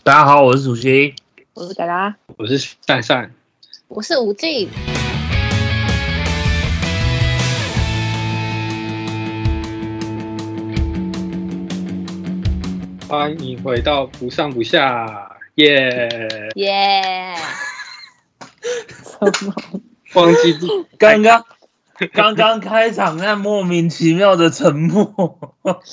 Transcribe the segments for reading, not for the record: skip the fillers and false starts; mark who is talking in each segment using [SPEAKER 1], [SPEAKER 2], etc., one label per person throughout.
[SPEAKER 1] 大家好，我是楚曦，
[SPEAKER 2] 我是嘎嘎，
[SPEAKER 3] 我是善善，
[SPEAKER 2] 我是吴静。
[SPEAKER 3] 欢迎回到不上不下，耶
[SPEAKER 2] 耶！
[SPEAKER 3] 忘记
[SPEAKER 1] 刚刚开场那莫名其妙的沉默，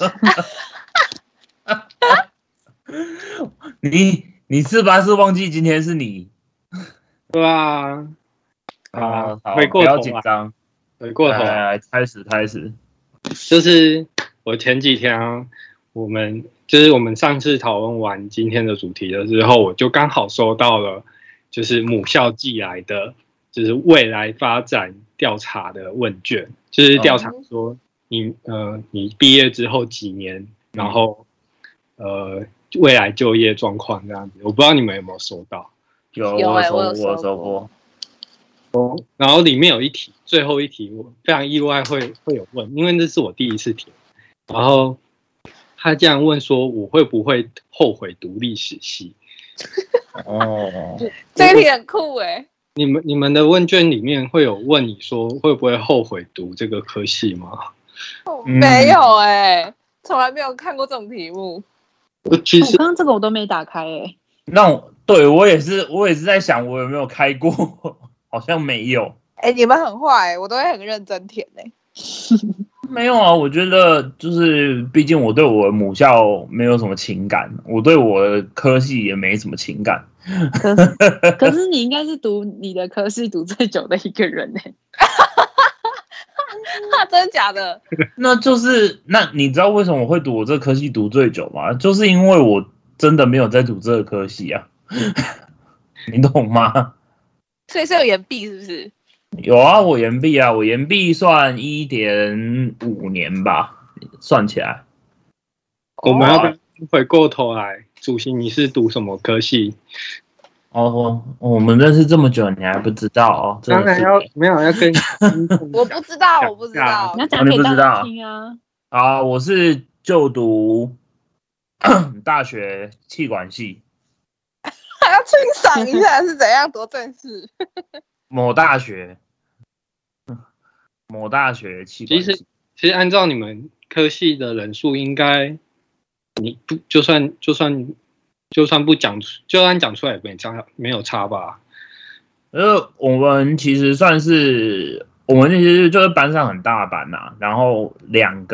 [SPEAKER 1] 你是吧？是忘记今天是你？
[SPEAKER 3] 对啊，
[SPEAKER 1] 好，
[SPEAKER 3] 回过头，
[SPEAKER 1] 不要紧张，
[SPEAKER 3] 回过头，
[SPEAKER 1] 来开始。
[SPEAKER 3] 就是我前几天啊，我们上次讨论完今天的主题了之后，我就刚好收到了，就是母校寄来的，就是未来发展调查的问卷，就是调查说你毕业之后几年，然后未来就业状况这样子，我不知道你们有没有收到？
[SPEAKER 1] 有，我有收过。
[SPEAKER 3] 然后里面有一题，最后一题我非常意外会有问，因为这是我第一次填。然后他这样问说，我会不会后悔读历史系？
[SPEAKER 2] 哦，这个题很酷哎。
[SPEAKER 3] 你们的问卷里面会有问你说会不会后悔读这个科系吗？
[SPEAKER 2] 没有哎，从来没有看过这种题目。
[SPEAKER 3] 其实
[SPEAKER 4] 我刚刚这个我都没打开哎。
[SPEAKER 1] 那对我也是在想我有没有开过，好像没有。
[SPEAKER 2] 你们很坏，我都会很认真填哎。
[SPEAKER 1] 没有啊，我觉得就是毕竟我对我的母校没有什么情感，我对我的科系也没什么情感。
[SPEAKER 4] 可是你应该是读你的科系读最久的一个人哎。
[SPEAKER 2] 真的假的？
[SPEAKER 1] 那你知道为什么我会读我这科系读最久吗？就是因为我真的没有在读这个科系啊。你懂吗？
[SPEAKER 2] 所以是有延毕是不是？
[SPEAKER 1] 有啊，我延毕啊，我延毕算 1.5 年吧，算起来。
[SPEAKER 3] 我们要不要回过头来？主席，你是读什么科系？
[SPEAKER 1] 我们认识这么久，你还不知道哦？
[SPEAKER 3] 当然要跟
[SPEAKER 2] 我不知道，
[SPEAKER 4] 你要讲给大家听啊！
[SPEAKER 1] 啊，我是就读大学企管系。
[SPEAKER 2] 还要清赏一下是怎样多正式？
[SPEAKER 1] 某大学企管系。
[SPEAKER 3] 其实按照你们科系的人数，应该你不就算不讲，就算讲出来也没有差吧？
[SPEAKER 1] 我们其实算是其实就是班上很大班呐，然后两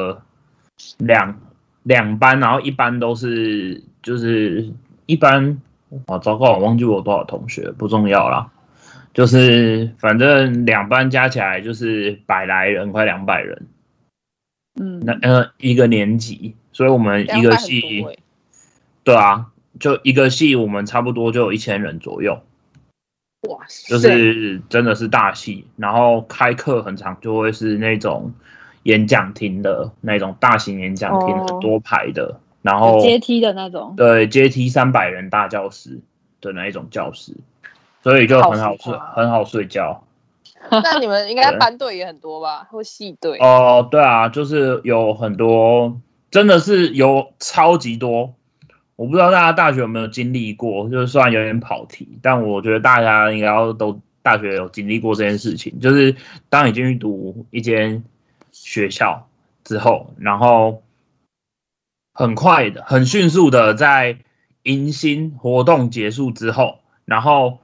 [SPEAKER 1] 班，然后一班都是就是一班。好糟糕，我忘记我有多少同学，不重要啦。就是反正两班加起来就是100来人，快200人。一个年级，所以我们一个系，对啊，就一个系我们差不多就有1000人左右。
[SPEAKER 2] 哇塞！
[SPEAKER 1] 就是真的是大系，然后开课很长，就会是那种演讲厅的那种大型演讲厅，很多排的。然后
[SPEAKER 4] 阶梯的那种，
[SPEAKER 1] 对，阶梯300人大教室的那一种教室，所以就很好睡觉。
[SPEAKER 2] 那你们应该班队也很多吧，或系队？
[SPEAKER 1] 对啊，就是有很多，真的是有超级多。我不知道大家大学有没有经历过，就是虽然有点跑题，但我觉得大家应该都大学有经历过这件事情，就是当你进去读一间学校之后，然后很快的、很迅速的，在迎新活动结束之后，然后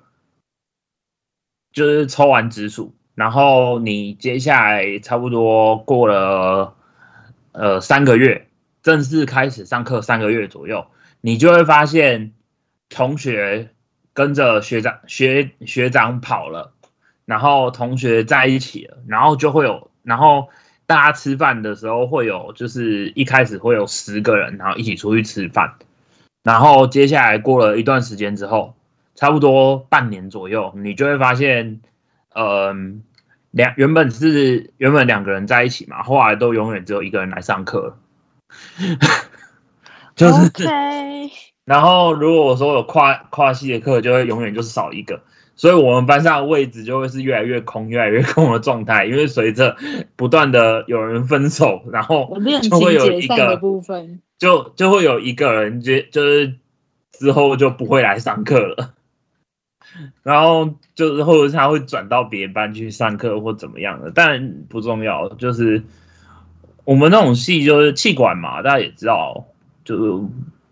[SPEAKER 1] 就是抽完直属，然后你接下来差不多过了3个月，正式开始上课3个月左右，你就会发现同学跟着学长跑了，然后同学在一起了，然后大家吃饭的时候会有，就是一开始会有10个人，然后一起出去吃饭，然后接下来过了一段时间之后，差不多半年左右，你就会发现，原本2个人在一起嘛，后来都永远只有1个人来上课，就是。
[SPEAKER 4] Okay.
[SPEAKER 1] 然后如果我说有跨系的课，就会永远就是少1个。所以我们班上的位置就会是越来越空的状态，因为随着不断的有人分手，然后就会有一个部分，就会有一个人就是之后就不会来上课了。然后就是或者他会转到别班去上课或怎么样的，但不重要。就是我们那种系就是气管嘛，大家也知道，就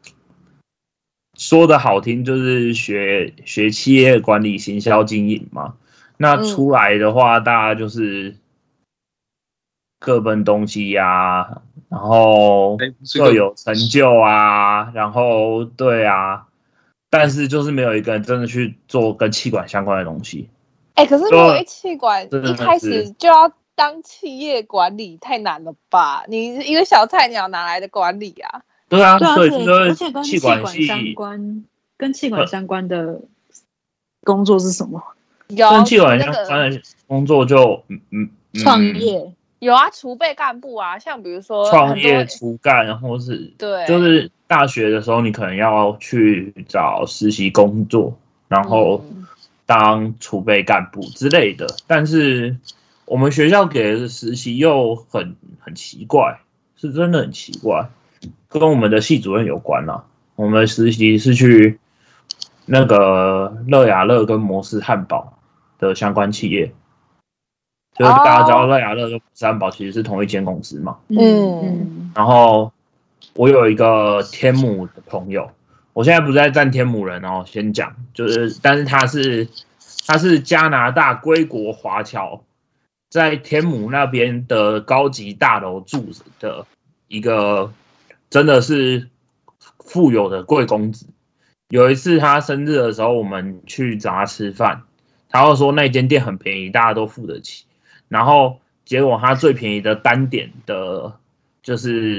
[SPEAKER 1] 说的好听就是学企业管理、行销、经营嘛。那出来的话，大家就是各奔东西呀，然后各有成就啊，然后对啊。但是就是没有一个人真的去做跟气管相关的东西。
[SPEAKER 2] 可是如果气管一开始就要当企业管理，太难了吧？你一个小菜鸟哪来的管理啊？
[SPEAKER 1] 对啊，
[SPEAKER 4] 所
[SPEAKER 1] 以
[SPEAKER 4] 而且跟气管相关的工作是什么？
[SPEAKER 1] 跟气管相关的工作就
[SPEAKER 4] 创业。
[SPEAKER 2] 有啊，储备干部啊，像比如说
[SPEAKER 1] 创业初干，或是
[SPEAKER 2] 对，
[SPEAKER 1] 就是大学的时候，你可能要去找实习工作，然后当储备干部之类的。但是我们学校给的实习又很奇怪，是真的很奇怪，跟我们的系主任有关啦。我们的实习是去那个乐雅乐跟摩斯汉堡的相关企业。就是大家知道乐雅乐跟摩斯汉堡其实是同一间公司嘛。然后我有一个天母的朋友，我现在不是在站天母人哦，先讲，就是但是他是加拿大归国华侨，在天母那边的高级大楼住的一个真的是富有的贵公子。有一次他生日的时候，我们去找他吃饭，他又说那间店很便宜，大家都付得起。然后结果他最便宜的单点的，就是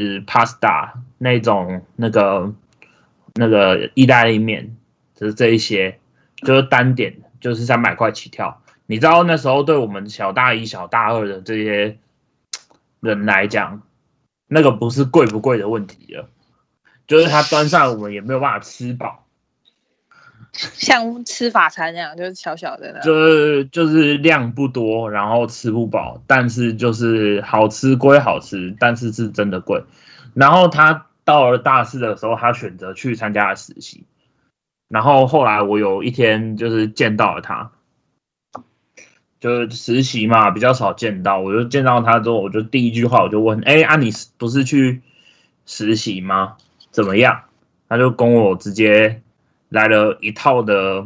[SPEAKER 1] pasta 那种那个意大利面，就是这一些，就是单点就是300块起跳。你知道那时候对我们小大一、小大二的这些人来讲，那个不是贵不贵的问题了，就是他端上我们也没有办法吃饱。
[SPEAKER 2] 像吃法餐那样，就是小小的，
[SPEAKER 1] 就是量不多，然后吃不饱，但是就是好吃归好吃，但是是真的贵。然后他到了大四的时候，他选择去参加实习。然后后来我有一天就是见到了他，就是实习嘛，比较少见到，我就见到他之后，我就第一句话我就问：你不是去实习吗？怎么样？他就跟我直接来了一套的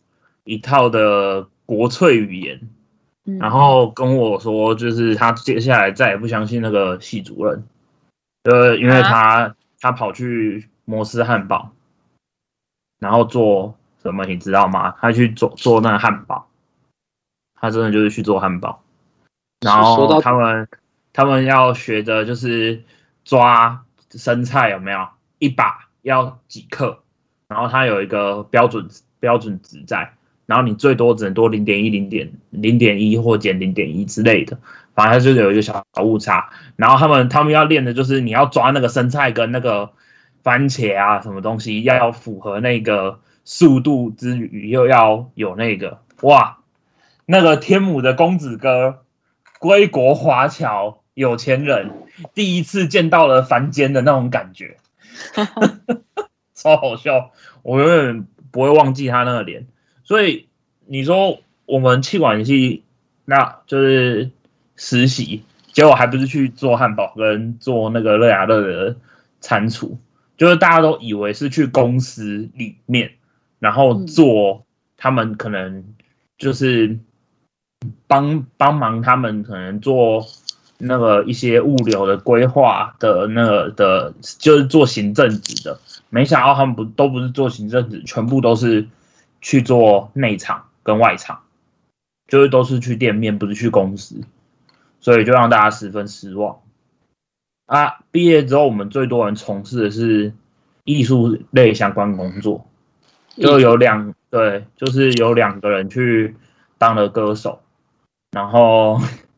[SPEAKER 1] 国粹语言，然后跟我说，就是他接下来再也不相信那个系主任，因为他跑去摩斯汉堡，然后做什么你知道吗？他去做那个汉堡，他真的就是去做汉堡，然后他们要学的就是抓生菜有没有，一把要几克。然后它有一个标准值在，然后你最多只能多0.1、0.1或减0.1之类的，反正它就有一个小误差。然后他们要练的就是你要抓那个生菜跟那个番茄啊什么东西，要符合那个速度之余又要有那个那个天母的公子哥，归国华侨有钱人，第一次见到了凡间的那种感觉。超好笑，我永远不会忘记他那个脸。所以你说我们企管系那就是实习，结果还不是去做汉堡跟做那个乐雅乐的餐厨，就是大家都以为是去公司里面，然后做他们可能就是帮忙他们可能做那个一些物流的规划的就是做行政职的。没想到他们都不是做行政职，全部都是去做内场跟外场，就是都是去店面，不是去公司，所以就让大家十分失望。毕业之后，我们最多人从事的是艺术类相关工作，就有2个人去当了歌手，然后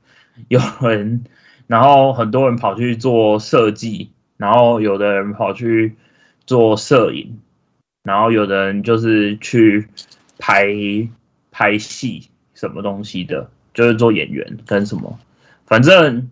[SPEAKER 1] 然后很多人跑去做设计，然后有的人跑去做摄影，然后有的人就是去拍戏什么东西的，就是做演员跟什么，反正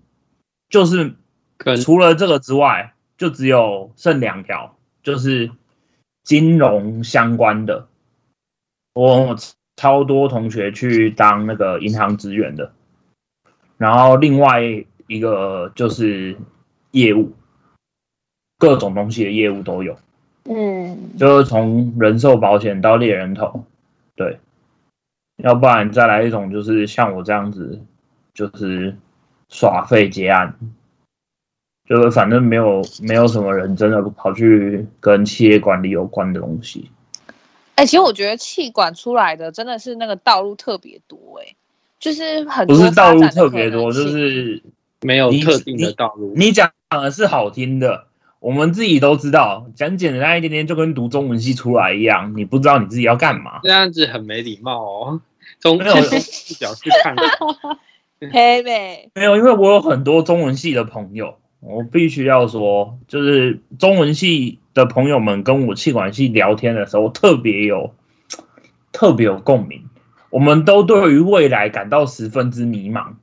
[SPEAKER 1] 就是除了这个之外，就只有剩2条，就是金融相关的，我超多同学去当那个银行职员的，然后另外一个就是业务，各种东西的业务都有，就是从人寿保险到猎人头，对，要不然再来一种就是像我这样子，就是耍废接案。就是反正没有什么人真的跑去跟企业管理有关的东西。
[SPEAKER 2] 其实我觉得企管出来的真的是那个道路特别多，就是很多
[SPEAKER 1] 不是道路特别多，就是
[SPEAKER 3] 没有特定的道路。
[SPEAKER 1] 你讲的是好听的，我们自己都知道，讲简单一点点，就跟读中文系出来一样，你不知道你自己要干嘛，
[SPEAKER 3] 这样子很没礼貌哦。从视角去看，
[SPEAKER 2] 没
[SPEAKER 1] 有，因为我有很多中文系的朋友。我必须要说，就是中文系的朋友们跟我企管系聊天的时候，特别有共鸣。我们都对于未来感到十分之迷茫，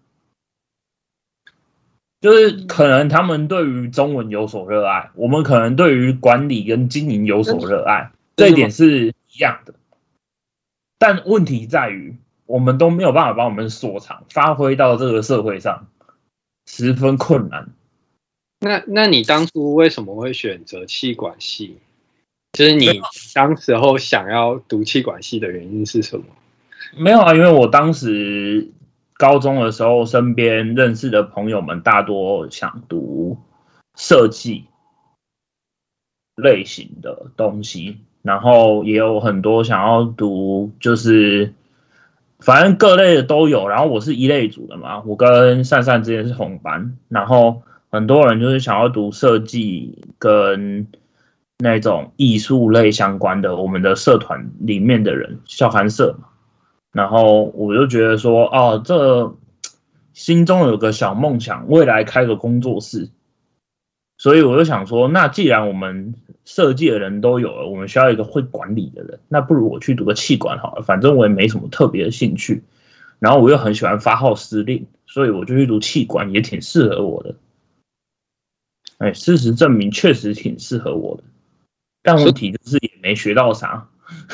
[SPEAKER 1] 就是可能他们对于中文有所热爱，我们可能对于管理跟经营有所热爱，这一点是一样的。但问题在于，我们都没有办法把我们所长发挥到这个社会上，十分困难。
[SPEAKER 3] 那你当初为什么会选择企管系？就是你当时候想要读企管系的原因是什么？
[SPEAKER 1] 没有啊，因为我当时高中的时候，身边认识的朋友们大多想读设计类型的东西，然后也有很多想要读，就是反正各类的都有。然后我是一类组的嘛，我跟善善之前是同班，然后很多人就是想要读设计跟那种艺术类相关的，我们的社团里面的人，校刊社嘛。然后我就觉得说，哦，这心中有个小梦想，未来开个工作室。所以我就想说，那既然我们设计的人都有了，我们需要一个会管理的人，那不如我去读个企管好了，反正我也没什么特别的兴趣。然后我又很喜欢发号施令，所以我就去读企管，也挺适合我的。事实证明确实挺适合我的，但问题就是也没学到啥。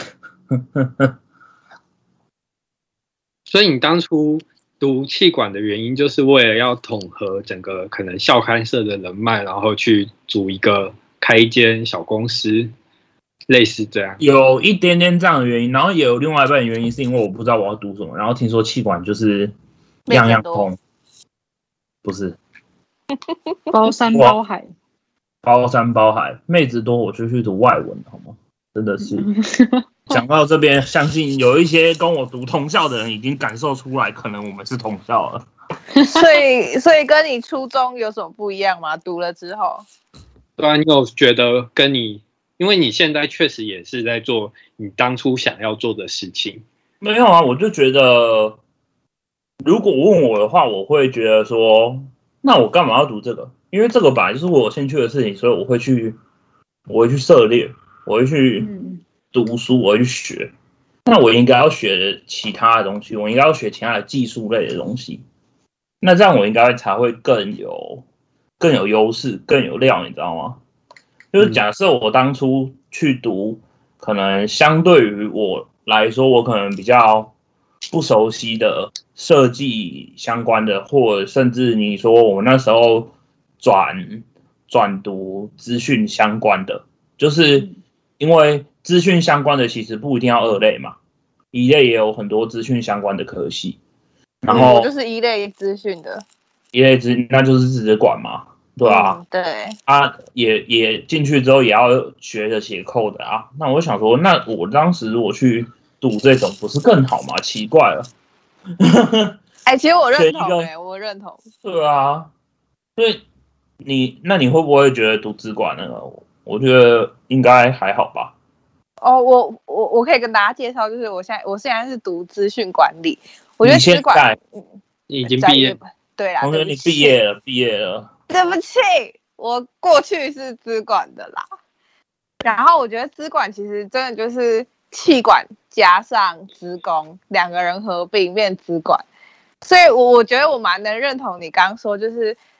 [SPEAKER 3] 所以你当初读企管的原因，就是为了要统合整个可能校刊社的人脉，然后去开一间小公司，类似这样。
[SPEAKER 1] 有一点点这样的原因，然后也有另外一半原因，是因为我不知道我要读什么，然后听说企管就是样样通，不是
[SPEAKER 4] 包山包海，
[SPEAKER 1] 包山包海，妹子多我就去读外文，好吗？真的是。讲到这边，相信有一些跟我读同校的人已经感受出来，可能我们是同校了。
[SPEAKER 2] 所以跟你初中有什么不一样吗？读了之后，
[SPEAKER 3] 对啊，你有觉得因为你现在确实也是在做你当初想要做的事情。
[SPEAKER 1] 没有啊，我就觉得，如果问我的话，我会觉得说，那我干嘛要读这个？因为这个本来就是我有兴趣的事情，所以我会去涉猎，我会去读书，我会去学。那我应该要学其他的东西，我应该要学其他的技术类的东西。那这样我应该才会更有优势，更有料，你知道吗？就是假设我当初去读，可能相对于我来说，我可能比较不熟悉的设计相关的，或者甚至你说我那时候转读资讯相关的，就是因为资讯相关的其实不一定要二类嘛，一类也有很多资讯相关的科系。然后
[SPEAKER 2] 我就是一类资讯的，
[SPEAKER 1] 那就是资管嘛，对啊，
[SPEAKER 2] 对
[SPEAKER 1] 啊，也进去之后也要学着写code的啊。那我想说，那我当时我去读这种不是更好吗？奇怪了。
[SPEAKER 2] 其实我认同我认同。
[SPEAKER 1] 对啊，所以那你会不会觉得读资管呢？我觉得应该还好吧。
[SPEAKER 2] 哦，我可以跟大家介绍，就是我现在是读资讯管理。我觉得资管
[SPEAKER 3] 你已经毕业，
[SPEAKER 2] 对啦，
[SPEAKER 1] 同学你毕业了。
[SPEAKER 2] 对不起，我过去是资管的啦。然后我觉得资管其实真的就是企管加上资工两个人合并变资管，所以我觉得我蛮能认同你刚刚说，就是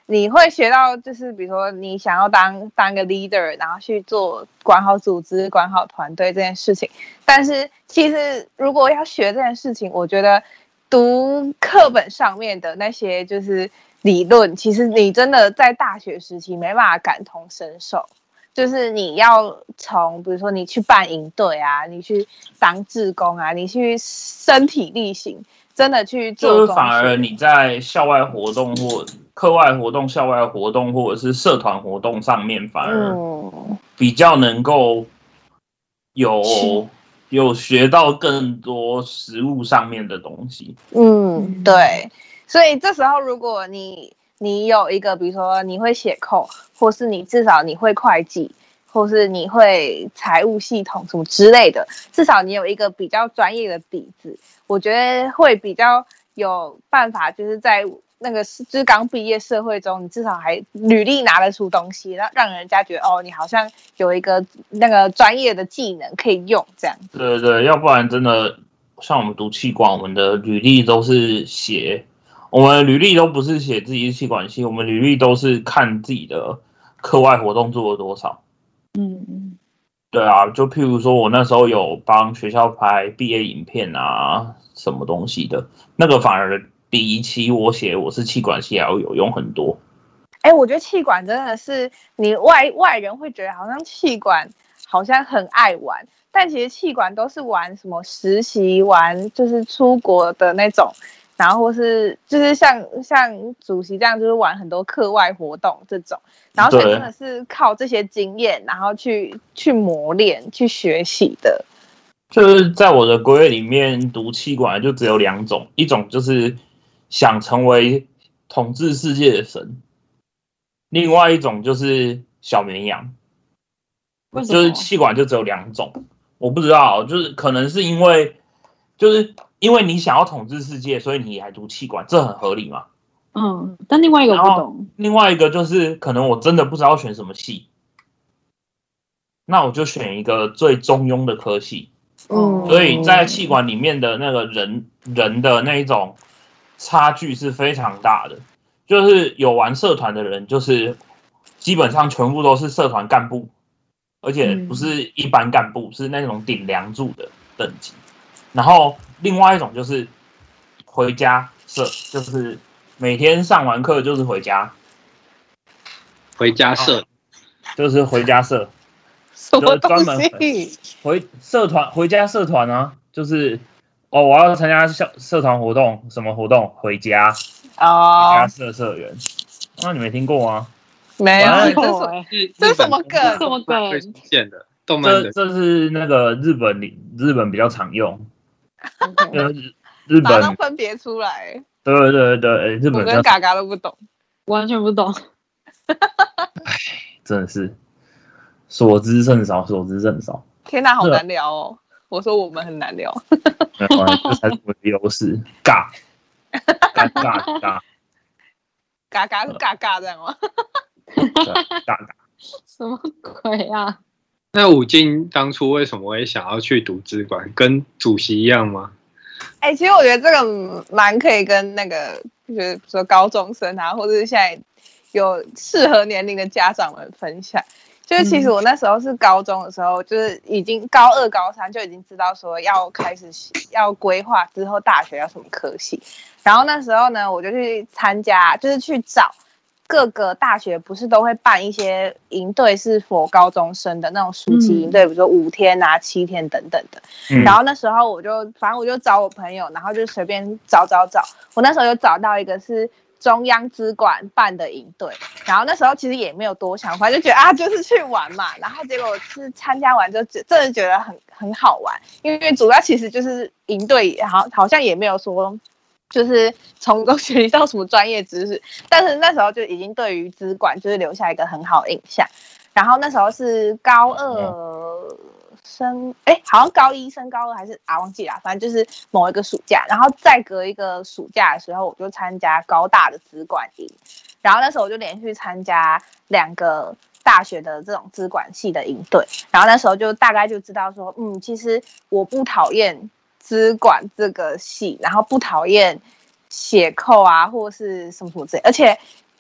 [SPEAKER 2] 你会学到，就是比如说你想要当个 leader， 然后去做管好组织、管好团队这件事情。但是其实如果要学这件事情，我觉得读课本上面的那些就是理论，其实你真的在大学时期没办法感同身受。就是你要从比如说你去办营队啊，你去当志工啊，你去身体力行，真的去做。
[SPEAKER 1] 就是反而你在校外活动或课外活动、校外活动或者是社团活动上面，反而比较能够有学到更多实务上面的东西。
[SPEAKER 2] 对。所以这时候如果你有一个，比如说你会写扣，或是你至少你会会计，或是你会财务系统什么之类的，至少你有一个比较专业的底子，我觉得会比较有办法，就是在那个就是刚毕业社会中，你至少还履历拿得出东西，让人家觉得你好像有一个那个专业的技能可以用这样子。
[SPEAKER 1] 对对，要不然真的像我们读企管，我们的履历都是我们履历都不是写自己是企管系，我们履历都是看自己的课外活动做了多少。对啊，就譬如说我那时候有帮学校拍毕业影片啊，什么东西的，那个反而比起我写我是企管系还要有用很多。
[SPEAKER 2] 我觉得企管真的是你外人会觉得好像企管好像很爱玩，但其实企管都是玩什么实习，玩就是出国的那种。然后或是就是像主席这样，就是玩很多课外活动这种，然后所以真的是靠这些经验，然后去磨练、去学习的。
[SPEAKER 1] 就是在我的规划里面，读企管就只有2种，一种就是想成为统治世界的神，另外一种就是小绵羊。就是企管就只有2种，我不知道，就是可能是因为你想要统治世界，所以你来读企管，这很合理嘛？
[SPEAKER 4] 但另外一个我不懂。
[SPEAKER 1] 另外一个就是可能我真的不知道选什么系，那我就选一个最中庸的科系。所以在企管里面的那个人的那一种差距是非常大的。就是有玩社团的人，就是基本上全部都是社团干部，而且不是一般干部，是那种顶梁柱的等级。然后另外一种就是回家社，就是每天上完课就是回家。
[SPEAKER 3] 回家社
[SPEAKER 1] 就是回家社，
[SPEAKER 2] 什么东西？
[SPEAKER 1] 回家社团啊，就是我要参加社团活动，什么活动？回家回家社员。那你没听过吗？
[SPEAKER 2] 没有，这是什么梗？
[SPEAKER 3] 什么梗？会出现的动漫的，
[SPEAKER 1] 这是那个日本比较常用。日本
[SPEAKER 2] 马上分别出来。
[SPEAKER 1] 对，日本
[SPEAKER 2] 我跟嘎嘎都不懂，
[SPEAKER 4] 完全不懂。
[SPEAKER 1] 真的是所知甚少。
[SPEAKER 2] 天哪，好难聊哦！我说我们很难聊。
[SPEAKER 1] 没关系，这才是我的优势。尬
[SPEAKER 2] 是嘎嘎这样吗？
[SPEAKER 1] 尬
[SPEAKER 4] 什么鬼啊？
[SPEAKER 3] 那武进当初为什么会想要去读资管？跟主席一样吗？
[SPEAKER 2] 其实我觉得这个蛮可以跟那个，就是说高中生啊，或者是现在有适合年龄的家长们分享。就是其实我那时候是高中的时候，就是已经高2、高3就已经知道说要开始要规划之后大学要什么科系。然后那时候呢，我就去参加，就是去找各个大学不是都会办一些营队是for高中生的那种暑期营队，比如说5天啊、7天等等的。然后那时候反正我就找我朋友，然后就随便找。我那时候有找到一个是中央资管办的营队，然后那时候其实也没有多想，反正就觉得就是去玩嘛。然后结果是参加完就真的觉得很好玩，因为主要其实就是营队，好像也没有说就是从中学习到什么专业知识，但是那时候就已经对于资管就是留下一个很好的印象。然后那时候是高2升，好像高1升高2还是忘记了，反正就是某一个暑假，然后再隔一个暑假的时候，我就参加高大的资管营，然后那时候我就连续参加2个大学的这种资管系的营队，然后那时候就大概就知道说，其实我不讨厌资管这个系，然后不讨厌写扣啊或是什么之类，而且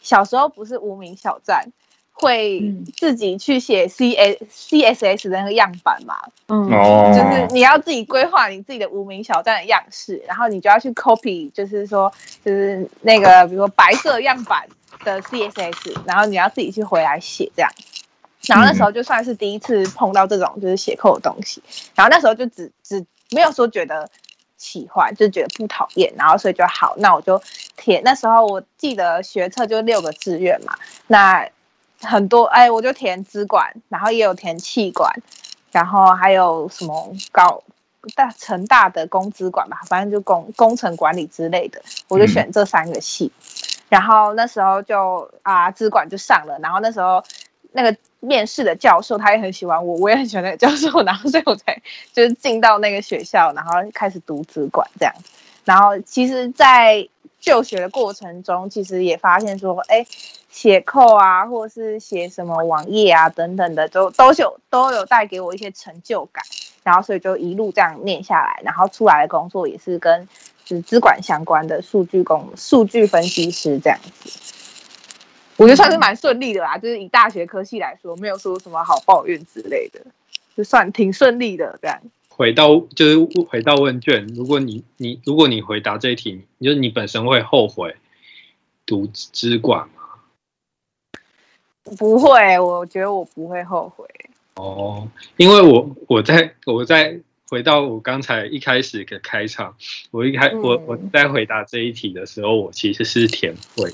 [SPEAKER 2] 小时候不是无名小站会自己去写 CSS 的那个样板嘛？就是你要自己规划你自己的无名小站的样式，然后你就要去 copy， 就是那个比如说白色样板的 CSS， 然后你要自己去回来写这样。然后那时候就算是第一次碰到这种就是写扣的东西，然后那时候就只没有说觉得喜欢，就觉得不讨厌，然后所以就好，那我就填。那时候我记得学测就6个志愿嘛，那很多我就填资管，然后也有填企管，然后还有什么成大的工资管吧，反正就工程管理之类的，我就选这3个系。然后那时候就资管就上了，然后那时候那个面试的教授他也很喜欢我，我也很喜欢那个教授，然后所以我才就是进到那个学校，然后开始读资管这样。然后其实在就学的过程中，其实也发现说写扣啊，或者是写什么网页啊等等的，都有带给我一些成就感，然后所以就一路这样念下来，然后出来的工作也是跟就是资管相关的数据分析师这样子。我觉得算是蛮顺利的啦，就是以大学科系来说，没有说什么好抱怨之类的，就算挺顺利的这样。
[SPEAKER 3] 回到问卷，如果你回答这一题，就是你本身会后悔读资管吗？
[SPEAKER 2] 不会，我觉得我不会后悔。
[SPEAKER 3] 因为我在回到我刚才一开始的开场，我在回答这一题的时候，我其实是填会。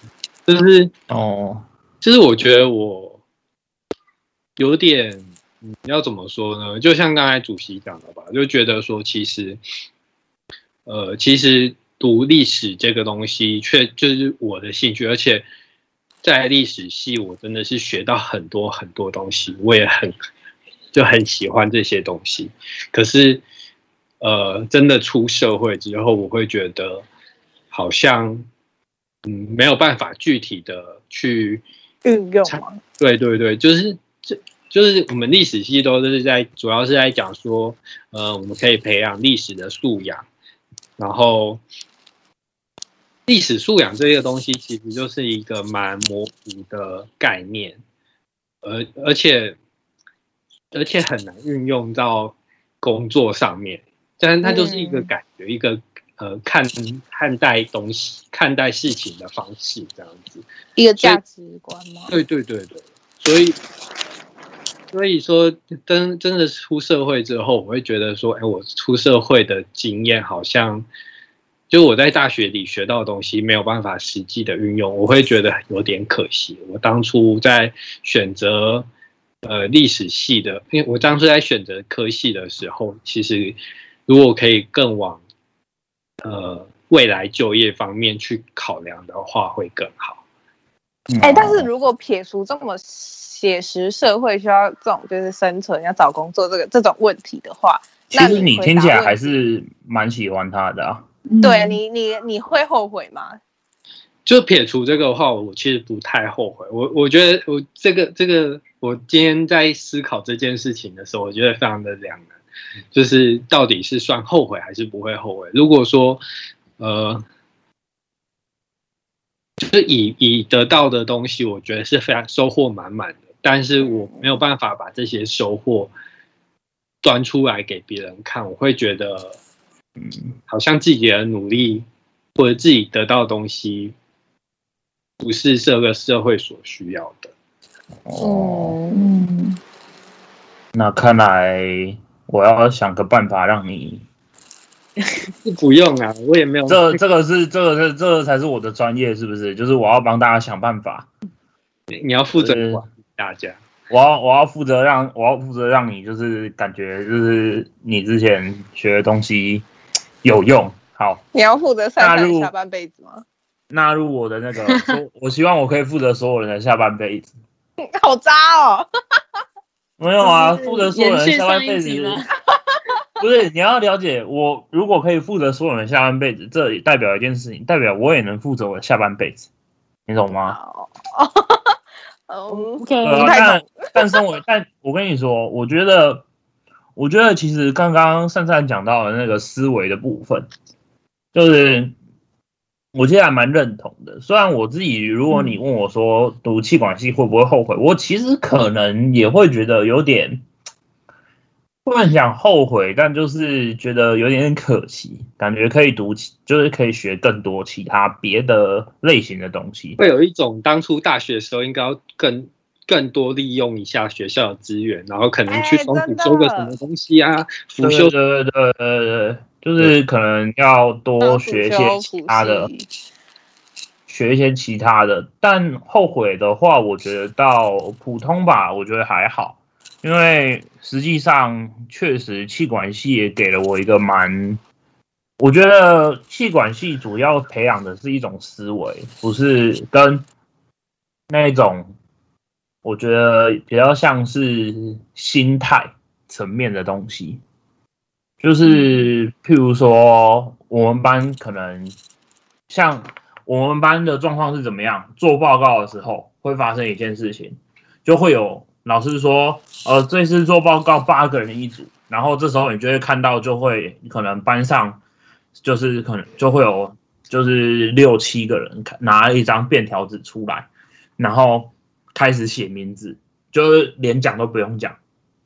[SPEAKER 3] 就是我觉得我有点要怎么说呢？就像刚才主席讲的吧，就觉得说其实读历史这个东西就是我的兴趣，而且在历史系我真的是学到很多很多东西，我也很喜欢这些东西。可是真的出社会之后，我会觉得好像没有办法具体的去
[SPEAKER 2] 运用吗？
[SPEAKER 3] 对，就是我们历史系都是主要是在讲说，我们可以培养历史的素养，然后历史素养这个东西其实就是一个蛮模糊的概念，而且很难运用到工作上面，但它就是一个感觉，一个看待东西、看待事情的方式，这样子，
[SPEAKER 2] 一个价值观吗？
[SPEAKER 3] 对，所以说真的出社会之后，我会觉得说，我出社会的经验好像，就我在大学里学到的东西没有办法实际的运用，我会觉得有点可惜。我当初在选择历史系的，因为我当初在选择科系的时候，其实如果可以更往未来就业方面去考量的话，会更好。
[SPEAKER 2] 但是如果撇除这么写实社会需要这种就是生存要找工作这种问题的话，
[SPEAKER 1] 其实你听起来还是蛮喜欢他的啊。
[SPEAKER 2] 对，你会后悔吗？
[SPEAKER 3] 就撇除这个的话，我其实不太后悔。我觉得我这个，我今天在思考这件事情的时候，我觉得非常的两难，就是到底是算后悔还是不会后悔。如果说就是以得到的东西，我觉得是非常收获满满的，但是我没有办法把这些收获端出来给别人看，我会觉得好像自己的努力或者自己得到的东西不是这个社会所需要的。
[SPEAKER 1] 那看来我要想个办法让你
[SPEAKER 3] 不用啊，我也没有。
[SPEAKER 1] 这个才是我的专业，是不是？就是我要帮大家想办法。
[SPEAKER 3] 你要负责管理大家。
[SPEAKER 1] 我要负责让你就是感觉就是你之前学的东西有用。好，
[SPEAKER 2] 你要负责珊珊下半辈子吗？
[SPEAKER 1] 纳入我的那个，我希望我可以负责所有人的下半辈子。
[SPEAKER 2] 好渣哦！
[SPEAKER 1] 没有啊，负责所有人下半辈子。不是，你要了解，我如果可以负责所有人下半辈子，这也代表一件事情，代表我也能负责我的下半辈子，你懂吗？但我跟你说，我觉得其实刚刚珊珊讲到的那个思维的部分，就是我其实还蛮认同的。虽然我自己，如果你问我说读企管系会不会后悔，我其实可能也会觉得有点。不能讲后悔，但就是觉得有点可惜，感觉可以就是可以学更多其他别的类型的东西。
[SPEAKER 3] 会有一种当初大学的时候应该要更多利用一下学校的资源，然后可能去重补修个什么东西啊，辅修。
[SPEAKER 1] 对，就是可能要多学一些其他的，学一些其他的。但后悔的话，我觉得到普通吧，我觉得还好。因为实际上确实企管系也给了我一个我觉得企管系主要培养的是一种思维，不是跟那一种我觉得比较像是心态层面的东西。就是譬如说我们班可能像我们班的状况是怎么样，做报告的时候会发生一件事情，就会有老师说，这次做报告8个人一组，然后这时候你就会看到，就会可能班上就是可能就会有就是6、7个人拿了一张便条纸出来，然后开始写名字，就是连讲都不用讲，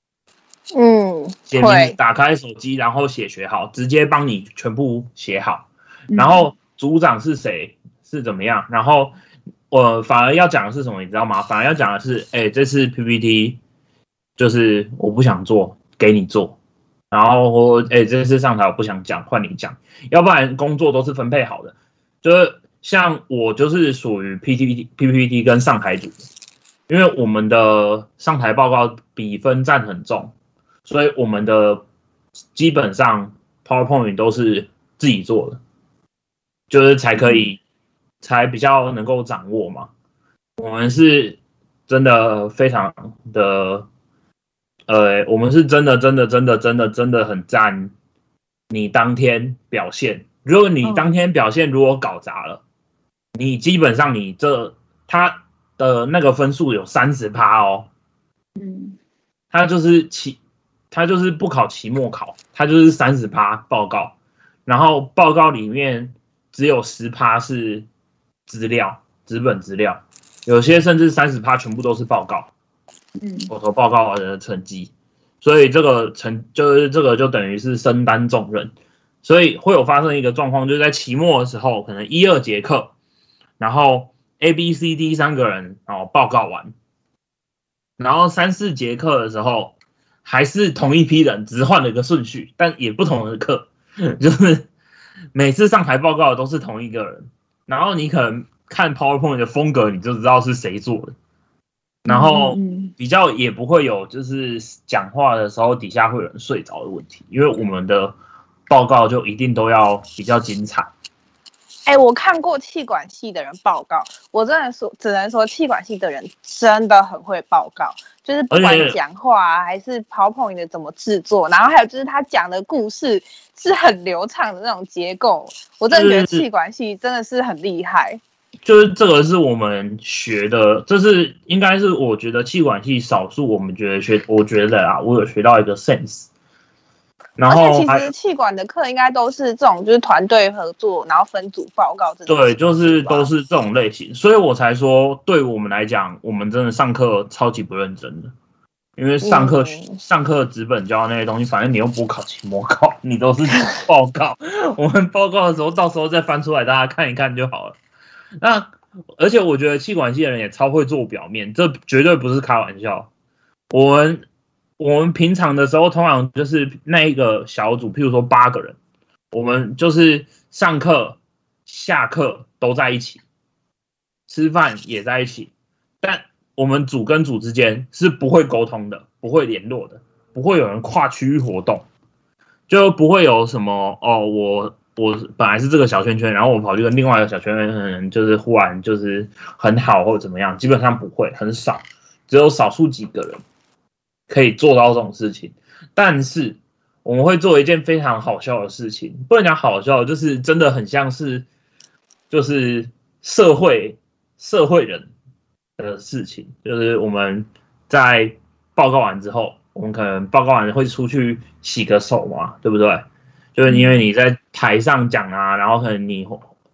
[SPEAKER 1] 写名字，打开手机，然后写学号，直接帮你全部写好，然后组长是谁是怎么样，然后。我反而要讲的是什么，你知道吗？反而要讲的是，这次 PPT 就是我不想做，给你做。然后这次上台我不想讲，换你讲。要不然工作都是分配好的。就是像我就是属于 PPT 跟上台组，因为我们的上台报告比分占很重，所以我们的基本上 PowerPoint 都是自己做的，就是才比较能够掌握嘛。我们是真的非常的，我们是真的很赞你当天表现。如果你当天表现如果搞砸了，你基本上他的那个分数有30%哦。他就是不考期末考，他就是30%报告，然后报告里面只有10%是纸本资料，有些甚至30%全部都是报告，口头报告的成绩，所以这个就等于是身担重任，所以会有发生一个状况，就是在期末的时候，可能1、2节课，然后 A、B、C、D 3个人报告完，然后3、4节课的时候还是同一批人，只是换了一个顺序，但也不同的课，就是每次上台报告的都是同一个人。然后你可能看 PowerPoint 的风格，你就知道是谁做的。然后比较也不会有就是讲话的时候底下会有人睡着的问题，因为我们的报告就一定都要比较精彩。
[SPEAKER 2] 我看过企管系的人报告，我真的只能说企管系的人真的很会报告，就是不管讲话还是 PowerPoint 的怎么制作，然后还有就是他讲的故事是很流畅的那种结构，我真的觉得企管系真的是很厉害。
[SPEAKER 1] 就是这个是我们学的，这是应该是我觉得企管系少数我们我觉得啊，我有学到一个 sense。然后
[SPEAKER 2] 而且其实企管的课应该都是这种，就是团队合作，然后分组报告这种。
[SPEAKER 1] 对，就是都是这种类型，所以我才说，对我们来讲，我们真的上课超级不认真的，因为上课纸本教那些东西，反正你又不考期末考，你都是报告。我们报告的时候，到时候再翻出来，大家看一看就好了。那而且我觉得企管系的人也超会做表面，这绝对不是开玩笑。我们平常的时候，通常就是那一个小组，譬如说8个人，我们就是上课、下课都在一起，吃饭也在一起，但我们组跟组之间是不会沟通的，不会联络的，不会有人跨区域活动，就不会有什么我本来是这个小圈圈，然后我跑去跟另外一个小圈圈，就是忽然就是很好或者怎么样，基本上不会，很少，只有少数几个人可以做到这种事情。但是我们会做一件非常好笑的事情，不能讲好笑，就是真的很像是就是社会人的事情，就是我们在报告完之后，我们可能报告完会出去洗个手嘛，对不对？就是因为你在台上讲啊，然后可能你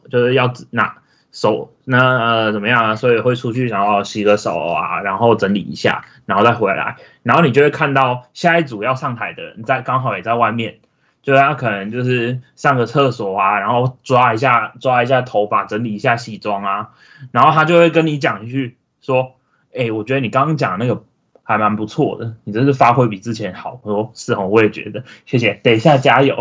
[SPEAKER 1] 就是要拿手怎么样啊？所以会出去想要洗个手啊，然后整理一下，然后再回来，然后你就会看到下一组要上台的人刚好也在外面。就他可能就是上个厕所啊，然后抓一下头发，整理一下西装啊，然后他就会跟你讲一句说：“我觉得你刚刚讲那个还蛮不错的，你真是发挥比之前好。”我说：“是哦，我也觉得，谢谢，等一下加油。”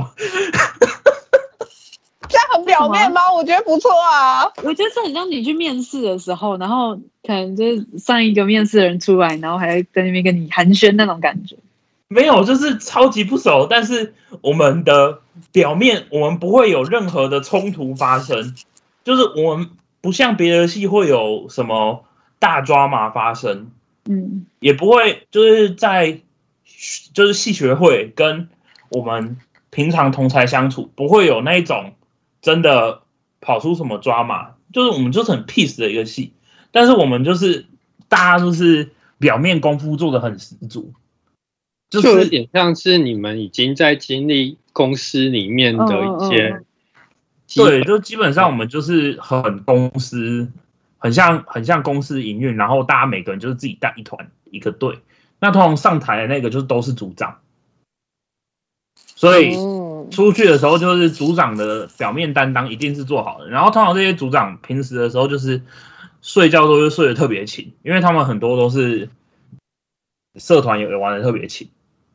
[SPEAKER 2] 这样很表面吗？我觉得不错啊。
[SPEAKER 4] 我觉得这很像你去面试的时候，然后可能就是上一个面试的人出来，然后还在那边跟你寒暄那种感觉。
[SPEAKER 1] 没有，就是超级不熟，但是我们的表面我们不会有任何的冲突发生，就是我们不像别的系会有什么大抓马发生，也不会就是就是系学会跟我们平常同才相处不会有那一种真的跑出什么抓马，就是我们就是很 peace 的一个系，但是我们就是大家就是表面功夫做得很十足。
[SPEAKER 3] 就有点像是你们已经在经历公司里面的一些，
[SPEAKER 1] 对，就基本上我们就是很公司，很像公司营运，然后大家每个人就是自己带一个队，那通常上台的那个就是都是组长，所以出去的时候就是组长的表面担当一定是做好的，然后通常这些组长平时的时候就是睡觉都是睡得特别勤，因为他们很多都是社团也玩得特别勤。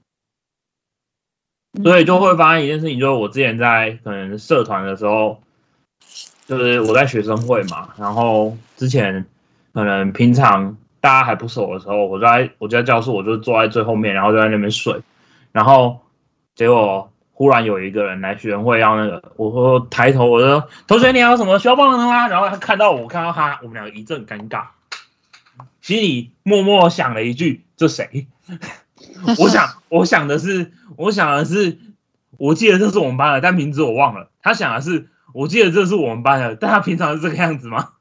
[SPEAKER 1] 所以就会发现一件事情，就是我之前在可能社团的时候，就是我在学生会嘛，然后之前可能平常大家还不熟的时候，我在教室，我就坐在最后面，然后就在那边睡，然后结果忽然有一个人来学生会要那个，我说抬头，我说同学你有什么需要帮忙的吗？然后他看到我他，我们两个一阵尴尬，心里默默想了一句：这谁？我想的是，我记得这是我们班的，但名字我忘了。他想的是，我记得这是我们班的，但他平常是这个样子吗？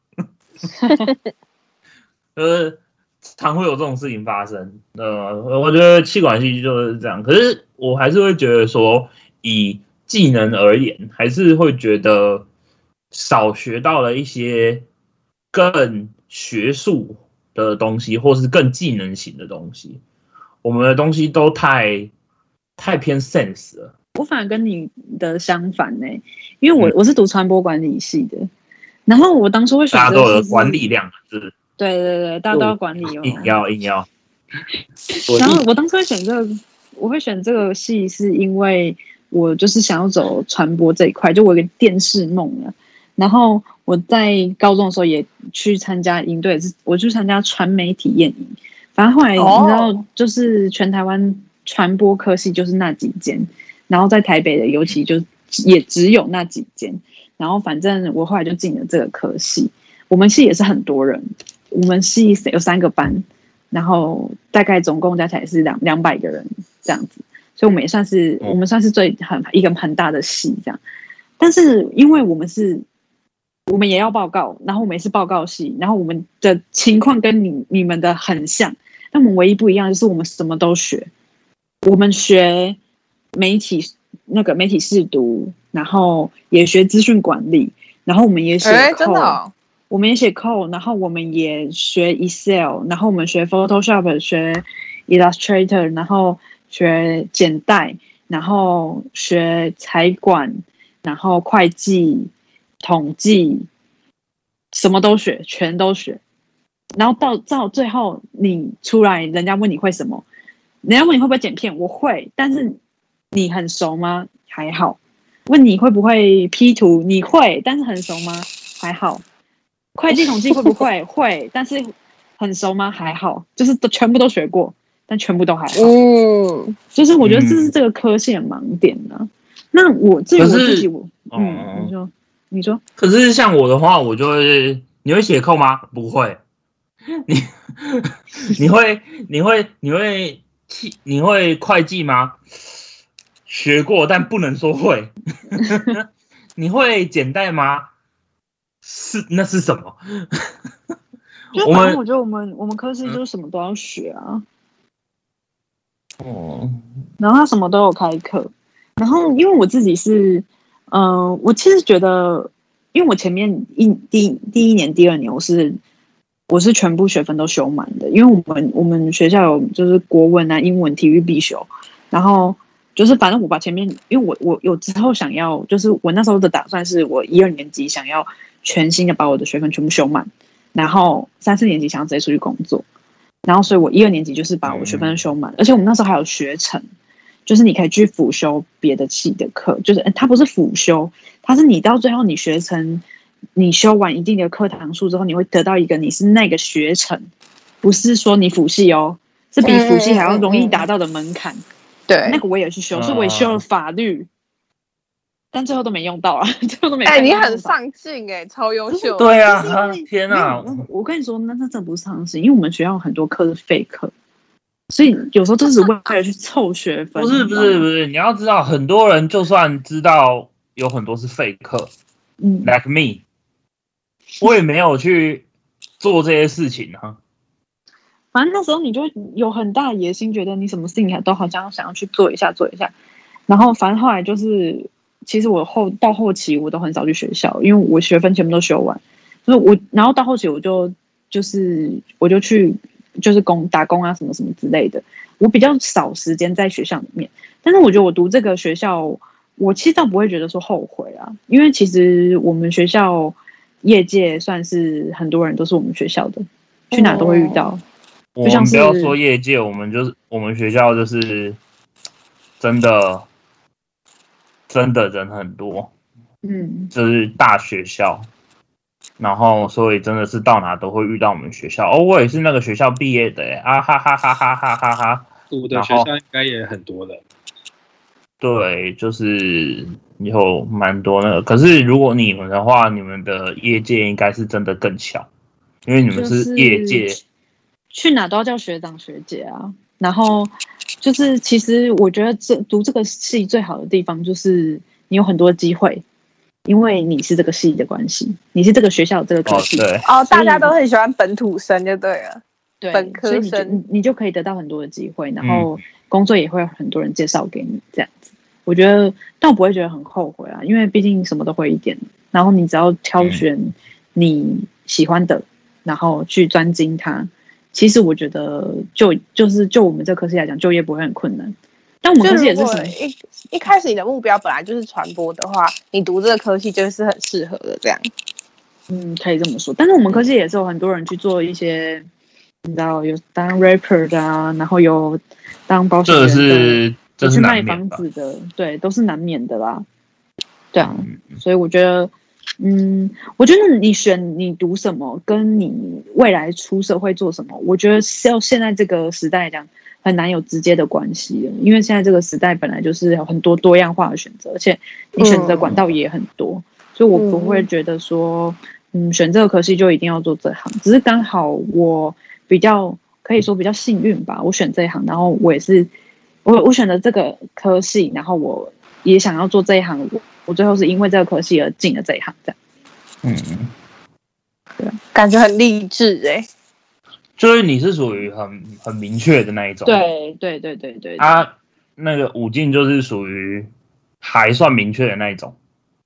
[SPEAKER 1] 常会有这种事情发生。我觉得企管系就是这样。可是我还是会觉得说，以技能而言，还是会觉得少学到了一些更学术的东西，或是更技能型的东西。我们的东西都太偏 sense 了。
[SPEAKER 4] 我反而跟你的相反呢，因为我是读传播管理系的，然后我当初会选择
[SPEAKER 1] 大家都有管理两个字，
[SPEAKER 4] 对，大家都要管理哦，
[SPEAKER 1] 硬要。
[SPEAKER 4] 然后我当初我会选这个系，是因为我就是想要走传播这一块，就我有个电视梦啊。然后我在高中的时候也去参加营队，我去参加传媒体验营。反正后来你知道，就是全台湾传播科系就是那几间，然后在台北的尤其就也只有那几间。然后反正我后来就进了这个科系，我们系也是很多人，我们系有3个班，然后大概总共加起来是200个人这样子，所以我们也算是一个很大的系这样。但是因为我们也要报告，然后我们也是报告系，然后我们的情况跟你们的很像。但我们唯一不一样就是我们什么都学，我们学媒体识读，然后也学资讯管理，然后我们也写 code，真的哦，我们也写 code， 然后我们也学 Excel， 然后我们学 Photoshop， 学 Illustrator， 然后学剪带，然后学财管，然后会计、统计，什么都学，全都学。然后到最后你出来，人家问你会什么，人家问你会不会剪片，我会，但是你很熟吗？还好。问你会不会 P 图，你会，但是很熟吗？还好。会计统计会不会？会，但是很熟吗？还好，就是全部都学过，但全部都还好。就是我觉得这是这个科系的盲点呢。那我自己你说。
[SPEAKER 1] 可是像我的话，我就会，你会写扣吗？不会。你会会计吗？学过，但不能说会。你会剪带吗？那是什么？
[SPEAKER 4] 我觉得我们科系就是什么都要学啊。然后他什么都有开课，然后因为我自己是，我其实觉得因为我前面第一年、第二年我是全部学分都修满的，因为我们学校有就是国文啊、英文、体育必修，然后就是反正我把前面，因为我有之后想要，就是我那时候的打算是我1、2年级想要全新的把我的学分全部修满，然后3、4年级想要直接出去工作，然后所以我1、2年级就是把我学分修满，而且我们那时候还有学程，就是你可以去辅修别的系的课，就是它不是辅修，它是你到最后你学程。你修完一定的课堂数之后，你会得到一个你是那个学程，不是说你辅系哦，是比辅系还要容易达到的门槛。
[SPEAKER 2] 对，
[SPEAKER 4] 那个我也去修，所以我也修了法律，但最后都没用到啊，最后都没。
[SPEAKER 2] 你很上进超优秀。
[SPEAKER 1] 对啊，天啊！
[SPEAKER 4] 我跟你说，那真的不是上进，因为我们学校很多课是废课，所以有时候就是为了去凑学分。
[SPEAKER 1] 不是，你要知道，很多人就算知道有很多是废课，like me。我也没有去做这些事情啊。
[SPEAKER 4] 反正那时候你就有很大的野心，觉得你什么事情都好像想要去做一下。然后反正后来就是，其实我到后期我都很少去学校，因为我学分全部都修完。就是然后到后期我就去就是打工啊什么什么之类的。我比较少时间在学校里面，但是我觉得我读这个学校，我其实倒不会觉得说后悔啊，因为其实我们学校。业界算是很多人都是我们学校的，去哪都会遇到。
[SPEAKER 1] 我们不要说业界，我们学校就是真的人很多，就是大学校，然后所以真的是到哪都会遇到我们学校。我也是那个学校毕业的哈哈哈哈哈哈！
[SPEAKER 3] 读的学校应该也很多的。
[SPEAKER 1] 对，就是有蛮多那个，可是如果你们的话，你们的业界应该是真的更小，因为你们是业界，
[SPEAKER 4] 去哪都要叫学长学姐啊。然后就是其实我觉得读这个系最好的地方就是你有很多机会，因为你是这个系的关系，你是这个学校这个科系
[SPEAKER 2] 大家都很喜欢本土生就对了，
[SPEAKER 4] 对，
[SPEAKER 2] 本科生，
[SPEAKER 4] 所以你就可以得到很多的机会，然后工作也会有很多人介绍给你这样子。我觉得，但我不会觉得很后悔啊，因为毕竟什么都会一点，然后你只要挑选你喜欢的，然后去专精它。其实我觉得就我们这科系来讲，就业不会很困难。但我们科系也是什么？
[SPEAKER 2] 一开始你的目标本来就是传播的话，你读这个科系就是很适合的这样。
[SPEAKER 4] 可以这么说。但是我们科系也是有很多人去做一些，你知道有当 rapper 的啊，然后有当保险员的。去卖房子的，对，都是难免的啦。对啊，所以我觉得，我觉得你读什么，跟你未来出社会做什么，我觉得现在这个时代来讲，很难有直接的关系了。因为现在这个时代本来就是有很多多样化的选择，而且你选择管道也很多，所以我不会觉得说，选这个科系就一定要做这行。只是刚好我可以说比较幸运吧，我选这一行，然后我也是。我选择这个科系，然后我也想要做这一行，我最后是因为这个科系而进了这一行，这样。
[SPEAKER 2] 对，感觉很励志
[SPEAKER 1] 就是你是属于很明确的那一种。
[SPEAKER 4] 对。
[SPEAKER 1] 那个武进就是属于还算明确的那一种。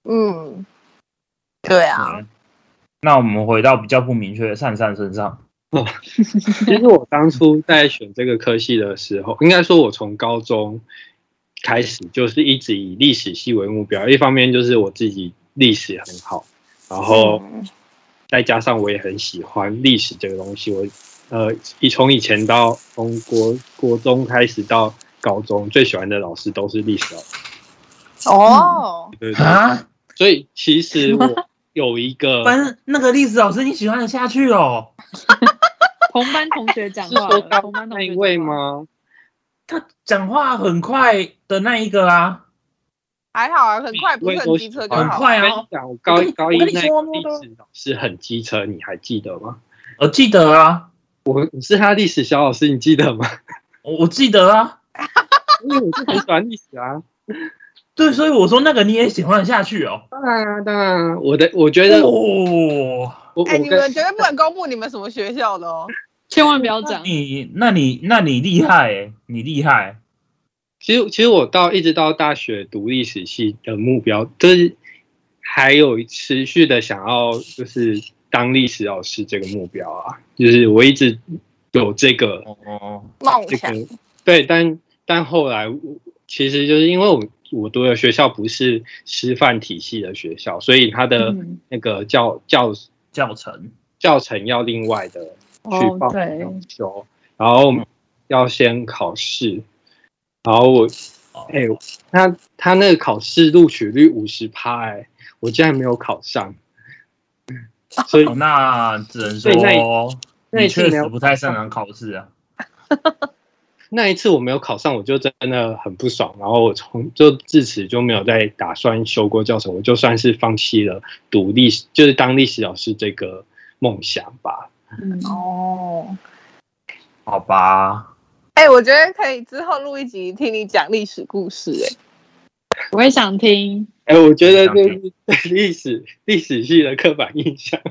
[SPEAKER 2] 对啊。
[SPEAKER 1] 那我们回到比较不明确的善身上。
[SPEAKER 3] 其实我当初在选这个科系的时候，应该说我从高中开始就是一直以历史系为目标。一方面就是我自己历史很好，然后再加上我也很喜欢历史这个东西。我从以前到从国中开始到高中，最喜欢的老师都是历史老师。对啊，所以其实我有一个，
[SPEAKER 1] 反正那个历史老师你喜欢得下去哦。
[SPEAKER 4] 同班同学讲话，同班同学
[SPEAKER 3] 那一位吗？
[SPEAKER 1] 他讲话很快的那一个啊，
[SPEAKER 2] 还好啊，很快，不是很机车就好。
[SPEAKER 1] 很快啊！
[SPEAKER 3] 我高一那个历史老师很机车，你还记得吗？
[SPEAKER 1] 我记得啊，
[SPEAKER 3] 我是他历史小老师，你记得吗？
[SPEAKER 1] 我记得啊，
[SPEAKER 3] 因为我是很喜欢历史啊。
[SPEAKER 1] 对，所以我说那个你也喜欢得下去哦。
[SPEAKER 3] 当然，我觉得
[SPEAKER 2] 你们绝对不能公布你们什么学校的哦，
[SPEAKER 4] 千万不要讲。
[SPEAKER 1] 那你厉害你厉害。
[SPEAKER 3] 其实我一直到大学读历史系的目标，就是还有持续的想要就是当历史老师这个目标啊，就是我一直有这个
[SPEAKER 2] 梦想。
[SPEAKER 3] 对，但后来其实就是因为我读的学校不是师范体系的学校，所以它的那个教程要另外的去报修，然后要先考试，然后他那个考试录取率50%，我竟然没有考上，所以
[SPEAKER 1] 那只能说你确实不太擅长考试啊。
[SPEAKER 3] 那一次我没有考上，我就真的很不爽，然后我就自此就没有再打算修过教程，我就算是放弃了读历史，就是当历史老师这个梦想吧。
[SPEAKER 1] 好吧。
[SPEAKER 2] 我觉得可以之后录一集听你讲历史故事。
[SPEAKER 4] 我也想听。
[SPEAKER 3] 我觉得这是对历史系的刻板印象。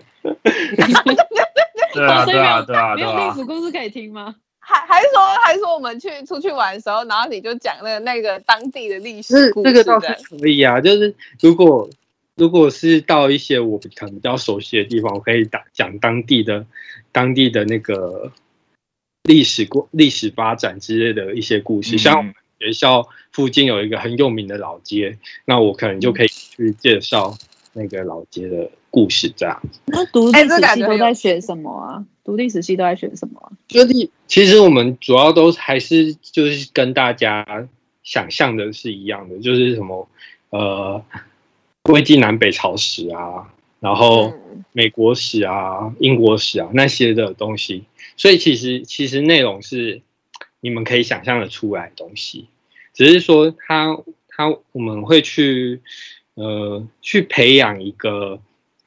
[SPEAKER 1] 对啊。
[SPEAKER 4] 没有历史故事可以听吗？
[SPEAKER 2] 还是说我们出去玩的时候，然后你就讲那个当地的历史故事。
[SPEAKER 3] 这个倒是可以啊，就是如果是到一些我可能比较熟悉的地方，我可以讲当地的那个历史发展之类的一些故事。像我们学校附近有一个很有名的老街，那我可能就可以去介绍那个老街的故事这样子。
[SPEAKER 4] 那读历史系都在学什么啊？读历史系都在学什么啊？
[SPEAKER 3] 其实我们主要都还是就是跟大家想象的是一样的，就是什么魏晋南北朝史啊，然后美国史啊、英国史啊那些的东西。所以其实内容是你们可以想象的出来的东西，只是说我们会去培养一个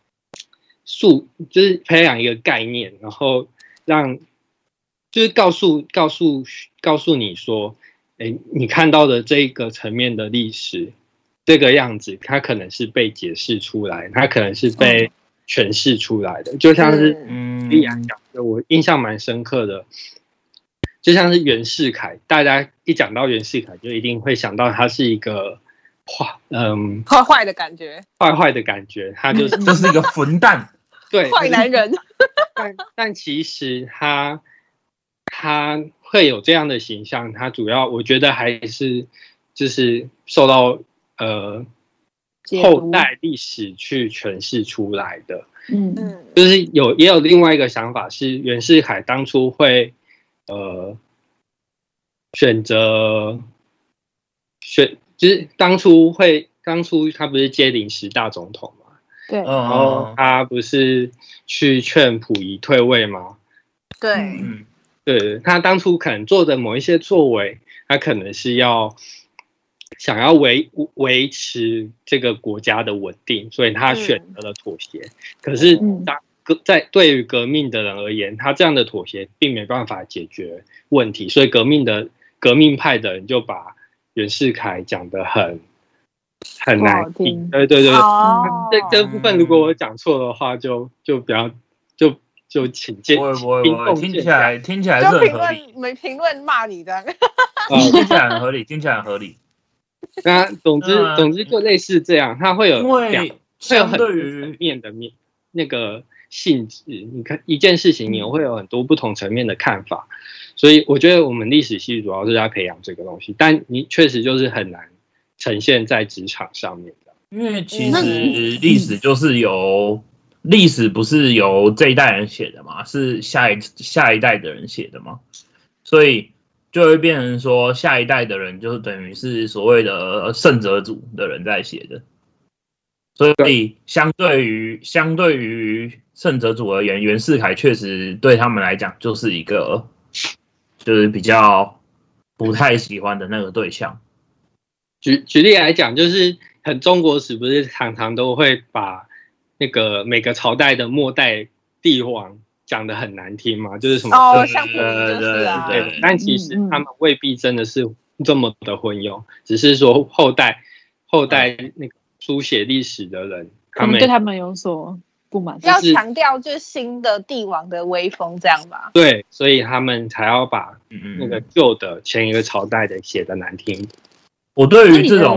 [SPEAKER 3] 就是培养一个概念，然后就是告诉你说，你看到的这个层面的历史这个样子，它可能是被解释出来，它可能是被诠释出来的，就像是丽安讲的，我印象蛮深刻的，就像是袁世凯，大家一讲到袁世凯，就一定会想到他是一个
[SPEAKER 2] 坏坏的感觉，
[SPEAKER 3] 他就是
[SPEAKER 1] 一个混蛋，
[SPEAKER 3] 对，
[SPEAKER 2] 坏男人。
[SPEAKER 3] 但其实他会有这样的形象，他主要我觉得还是就是受到后代历史去诠释出来的。就是也有另外一个想法是，袁世凯当初会就是当初他不是接临时大总统嘛？
[SPEAKER 4] 对，
[SPEAKER 3] 然后他不是去劝溥仪退位吗？
[SPEAKER 2] 对，
[SPEAKER 3] 对，他当初可能做的某一些作为，他可能是想要维持这个国家的稳定，所以他选择了妥协。可是对于革命的人而言，他这样的妥协并没办法解决问题，所以革命派的人就把袁世凯讲得很难听。对，这部分如果我讲错的话，就不要就请见。
[SPEAKER 1] 我听起来是很合理。
[SPEAKER 2] 评论骂你的，
[SPEAKER 1] 听起来很合理。
[SPEAKER 3] 那总之就类似这样，它会有很多层面的那个性质。你看一件事情，你会有很多不同层面的看法，所以我觉得我们历史系主要是在培养这个东西，但你确实就是很难呈现在职场上面的。
[SPEAKER 1] 因为其实历史不是由这一代人写的嘛，是下一代的人写的嘛，所以就会变成说下一代的人就是等于是所谓的胜者组的人在写的，所以相对于胜者组而言，袁世凯确实对他们来讲就是一个就是比较不太喜欢的那个对象。
[SPEAKER 3] 举例来讲，就是中国史不是常常都会把那个每个朝代的末代帝王讲得很难听嘛，就是什么
[SPEAKER 2] 像溥仪就是啊，
[SPEAKER 3] 对，但其实他们未必真的是这么的混淆，只是说后代那个书写历史的人，
[SPEAKER 4] 他们对他们有所不满，
[SPEAKER 2] 要强调就是新的帝王的威风这样吧？
[SPEAKER 3] 对，所以他们才要把那个旧的前一个朝代的写得难听。
[SPEAKER 1] 我对于这种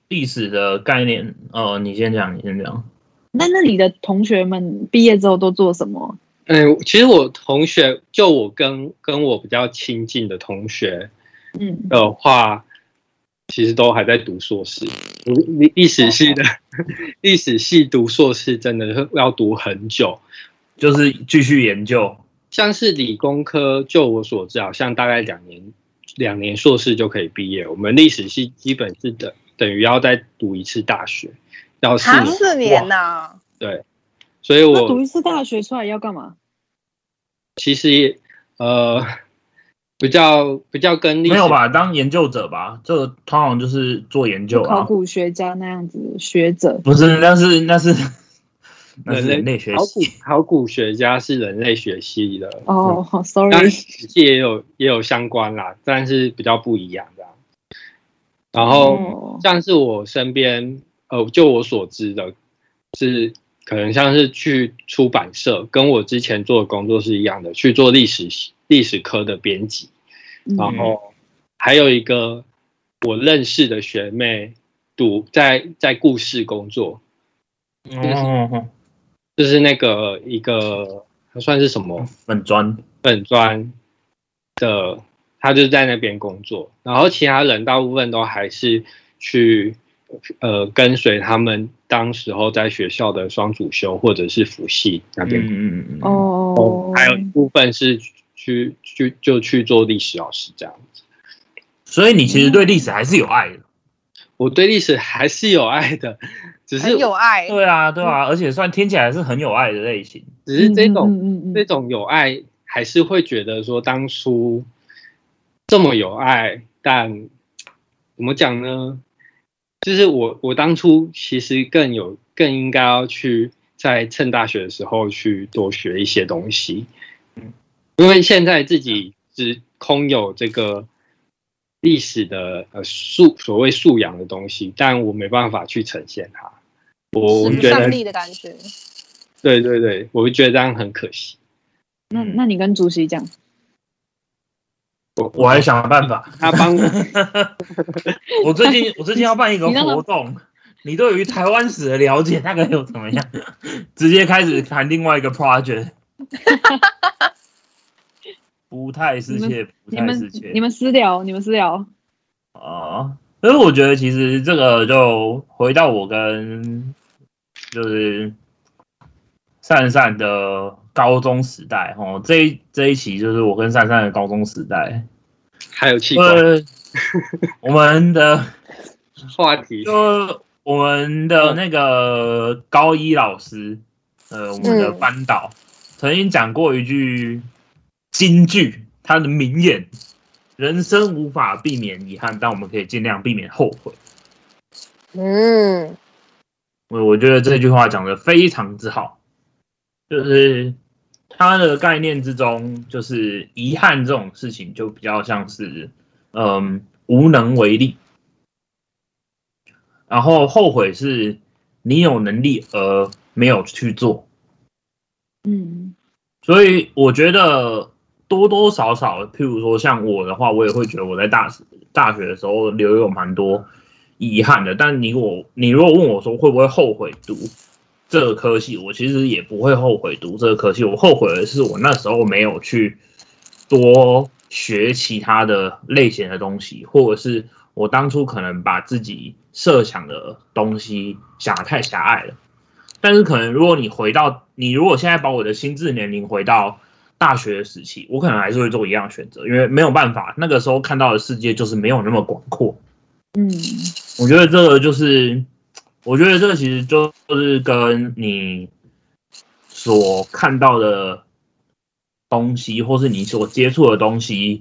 [SPEAKER 1] 历史的概念，你先讲，你先讲。
[SPEAKER 4] 那你的同学们毕业之后都做什么？
[SPEAKER 3] 其实我同学，就我跟我比较亲近的同学，的话，其实都还在读硕士。历史系的历史系读硕士真的要读很久，
[SPEAKER 1] 就是继续研究。
[SPEAKER 3] 像是理工科，就我所知，好像大概2年硕士就可以毕业。我们历史系基本是等于要再读一次大学，要
[SPEAKER 2] 4年呐。
[SPEAKER 3] 对，所以我
[SPEAKER 4] 读一次大学出来要干嘛？
[SPEAKER 3] 其实比较跟历史
[SPEAKER 1] 没有吧，当研究者吧，这个通常就是做研究啊，
[SPEAKER 4] 考古学家那样子学者。
[SPEAKER 1] 不是，那是人类学系。
[SPEAKER 3] 考古学家是人类学系的。
[SPEAKER 4] sorry，
[SPEAKER 3] 当然也有相关啦，但是比较不一样这样。然后像是我身边就我所知的是，可能像是去出版社，跟我之前做的工作是一样的，去做历史科的编辑。然后还有一个我认识的学妹在故事工作，就是那个一个算是什么
[SPEAKER 1] 本专
[SPEAKER 3] 的，他就在那边工作。然后其他人大部分都还是去跟随他们当时候在学校的双主修或者是辅系那边。还有一部分是去做历史老师这样子。
[SPEAKER 1] 所以你其实对历史还是有爱的。
[SPEAKER 3] 我对历史还是有爱的，只是
[SPEAKER 2] 很有爱。
[SPEAKER 1] 对啊，而且算听起来是很有爱的类型。
[SPEAKER 3] 只是这种有爱，还是会觉得说当初这么有爱，但怎么讲呢？就是我当初其实更应该要去在趁大学的时候去多学一些东西，因为现在自己只空有这个历史的所谓素养的东西，但我没办法去呈现它，我觉得
[SPEAKER 2] 上力的感觉。
[SPEAKER 3] 对，我会觉得这样很可惜。
[SPEAKER 4] 那你跟主席讲。
[SPEAKER 1] 我还想办法，
[SPEAKER 3] 他帮
[SPEAKER 1] 我最近要办一个活动，你对于台湾史的了解大概有怎么样？直接开始谈另外一个 project， 不太世界。
[SPEAKER 4] 你们私聊。
[SPEAKER 1] 所以我觉得其实这个就回到我跟就是善善的高中时代这一期就是我跟善善的高中时代，
[SPEAKER 3] 还有器官，
[SPEAKER 1] 我们的
[SPEAKER 3] 话题
[SPEAKER 1] 就我们的那个高一老师，我们的班导曾经讲过一句金句，他的名言：人生无法避免遗憾，但我们可以尽量避免后悔。我觉得这句话讲得非常之好。就是它的概念之中，就是遗憾这种事情就比较像是无能为力，然后后悔是你有能力而没有去做。所以我觉得多多少少，譬如说像我的话，我也会觉得我在大学的时候留有蛮多遗憾的。但你如果问我说会不会后悔读这个科系，我其实也不会后悔读这个科系。我后悔的是我那时候没有去多学其他的类型的东西，或者是我当初可能把自己设想的东西想得太狭隘了。但是可能如果你如果现在把我的心智年龄回到大学的时期，我可能还是会做一样的选择，因为没有办法，那个时候看到的世界就是没有那么广阔。我觉得这个其实就是跟你所看到的东西，或是你所接触的东西，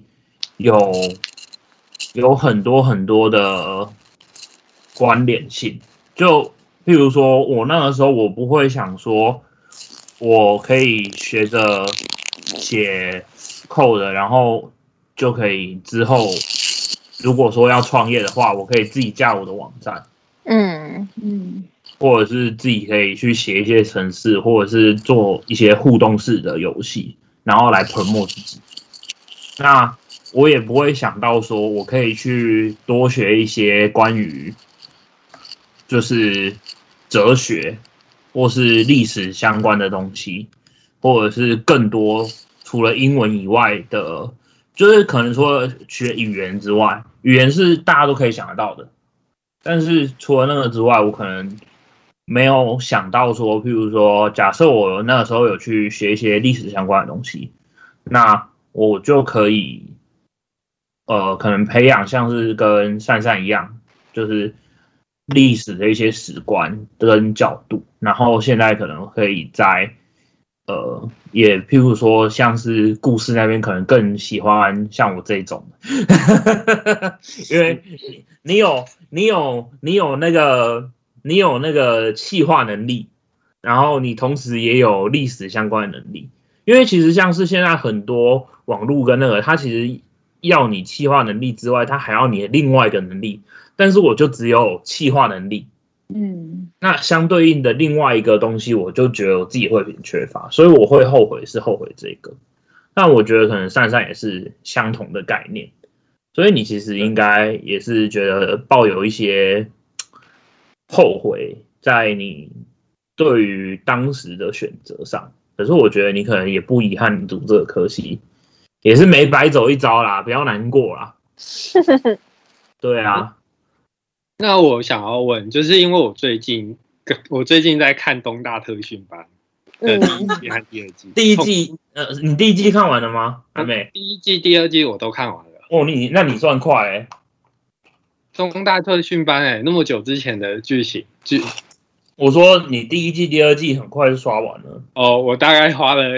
[SPEAKER 1] 有很多很多的关联性。就譬如说，我那个时候我不会想说，我可以学着写 code，然后就可以之后如果说要创业的话，我可以自己架我的网站。或者是自己可以去写一些程式，或者是做一些互动式的游戏，然后来 promote 自己。那我也不会想到说我可以去多学一些关于就是哲学或是历史相关的东西，或者是更多除了英文以外的，就是可能说学语言之外，语言是大家都可以想得到的，但是除了那个之外，我可能没有想到说，譬如说，假设我那个时候有去学一些历史相关的东西，那我就可以，可能培养像是跟善善一样，就是历史的一些史观跟角度，然后现在可能可以在，也譬如说像是故事那边可能更喜欢像我这一种，因为你有那个企划能力，然后你同时也有历史相关的能力。因为其实像是现在很多网络跟那个，它其实要你企划能力之外，它还要你的另外一个能力。但是我就只有企划能力，那相对应的另外一个东西，我就觉得我自己会很缺乏，所以我会后悔这个。但我觉得可能善善也是相同的概念，所以你其实应该也是觉得抱有一些后悔在你对于当时的选择上。可是我觉得你可能也不遗憾读这个科系，也是没白走一遭啦，不要难过啦。对啊。
[SPEAKER 3] 那我想要问，就是因为我最近在看东大特训班的第一季和第二季。
[SPEAKER 1] 第一季，你第一季看完了吗？还没。
[SPEAKER 3] 第一季、第二季我都看完了。
[SPEAKER 1] 哦，那你算快
[SPEAKER 3] 东大特训班那么久之前的剧情
[SPEAKER 1] 我说你第一季、第二季很快就刷完了。
[SPEAKER 3] 哦，我大概花了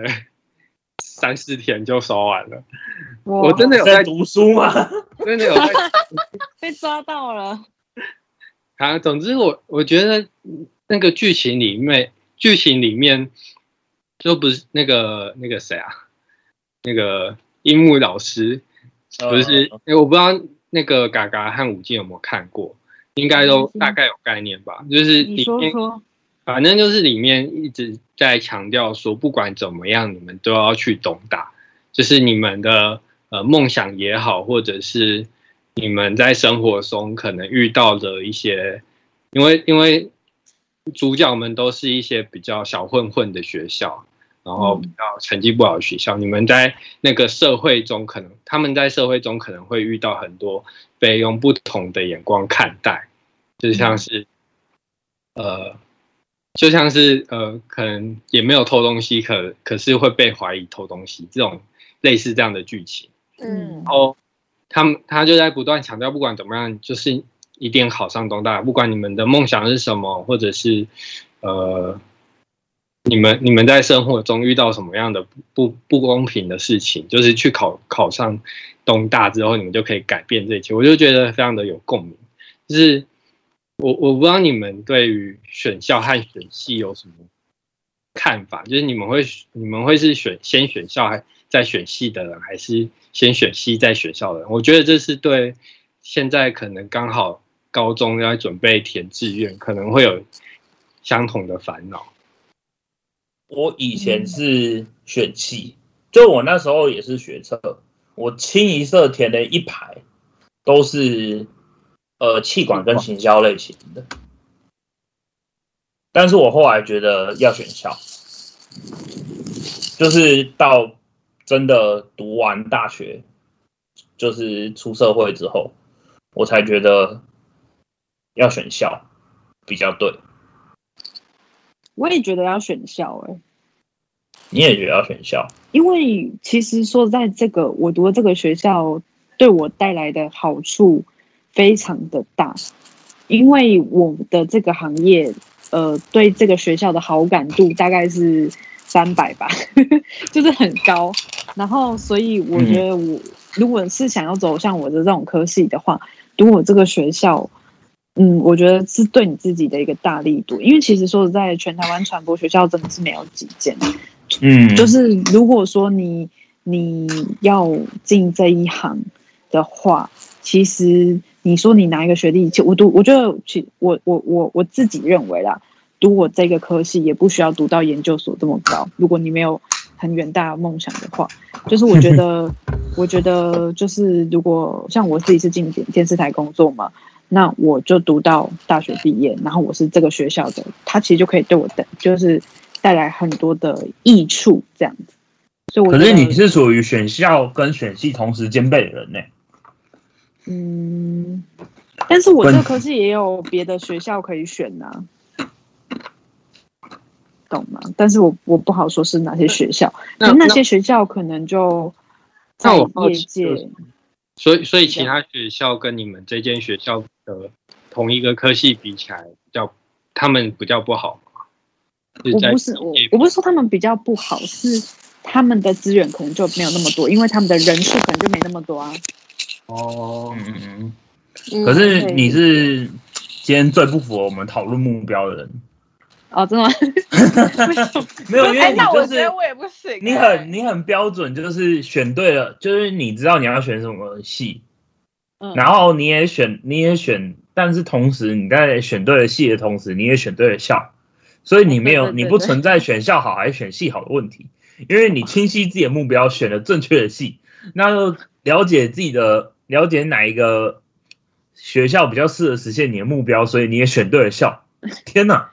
[SPEAKER 3] 3-4天就刷完了。我真的有在
[SPEAKER 1] 读书吗？
[SPEAKER 3] 真的有在
[SPEAKER 4] 被抓到了。
[SPEAKER 3] 好，总之我觉得那个剧情里面就不是那个谁啊，那个樱木老师，不是，我不知道那个嘎嘎和武进有没有看过，应该都大概有概念吧。就是里面反正就是里面一直在强调说，不管怎么样，你们都要去东大，就是你们的梦想也好，或者是你们在生活中可能遇到的一些，因为主角们都是一些比较小混混的学校，然后比较成绩不好的学校，你们在那个社会中他们在社会中可能会遇到很多被用不同的眼光看待，就像是可能也没有偷东西，可是会被怀疑偷东西，这种类似这样的剧情。然后他就在不断强调，不管怎么样，就是一定考上东大，不管你们的梦想是什么，或者是你们在生活中遇到什么样的不公平的事情，就是去考上东大之后，你们就可以改变这一切。我就觉得非常的有共鸣。就是我不知道你们对于选校和选系有什么看法？就是你们会是先选校再选系的人，还是先选系再选校的人？我觉得这是对现在可能刚好高中要准备填志愿，可能会有相同的烦恼。
[SPEAKER 1] 我以前是选系，就我那时候也是学测，我清一色填的一排都是企管跟行销类型的，但是我后来觉得要选校，就是到真的读完大学，就是出社会之后，我才觉得要选校比较对。
[SPEAKER 4] 我也觉得要选校
[SPEAKER 1] 你也觉得要选校？
[SPEAKER 4] 因为其实说实在，我读的这个学校对我带来的好处非常的大，因为我的这个行业，对这个学校的好感度大概是300吧，就是很高。然后，所以我觉得如果是想要走像我的这种科系的话，读我这个学校。我觉得是对你自己的一个大力度，因为其实说实在，全台湾传播学校真的是没有几间。就是如果说你要进这一行的话，其实你说你拿一个学历，我觉得我自己认为啦，读我这个科系也不需要读到研究所这么高。如果你没有很远大的梦想的话，就是我觉得就是如果像我自己是进电视台工作嘛。 那我就读到大学毕业，然后我是这个学校的，它其实就可以对我的就是带来很多的益处，这样子。所以我
[SPEAKER 1] 可是你是属于选校跟选系同时兼备的人呢。
[SPEAKER 4] 但是我这个科系也有别的学校可以选啊，懂吗？但是我不好说是哪些学校，那些学校可能就在业界。
[SPEAKER 3] 所以其他学校跟你们这间学校的同一个科系比起来，他们比较不好吗？
[SPEAKER 4] 我不是说他们比较不好，是他们的资源可能就没有那么多，因为他们的人数可能就没那么多啊。
[SPEAKER 1] 可是你是今天最不符合我们讨论目标的人。
[SPEAKER 4] 哦，真的吗？
[SPEAKER 1] 没有，因为你
[SPEAKER 2] 那我
[SPEAKER 1] 就是
[SPEAKER 2] 觉得我也不行。
[SPEAKER 1] 你很标准，就是选对了，就是你知道你要选什么系，然后你也选，但是同时你在选对了系的同时，你也选对了校，所以你你不存在选校好还是选系好的问题，因为你清晰自己的目标，选了正确的系，那就了解哪一个学校比较适合实现你的目标，所以你也选对了校。天哪！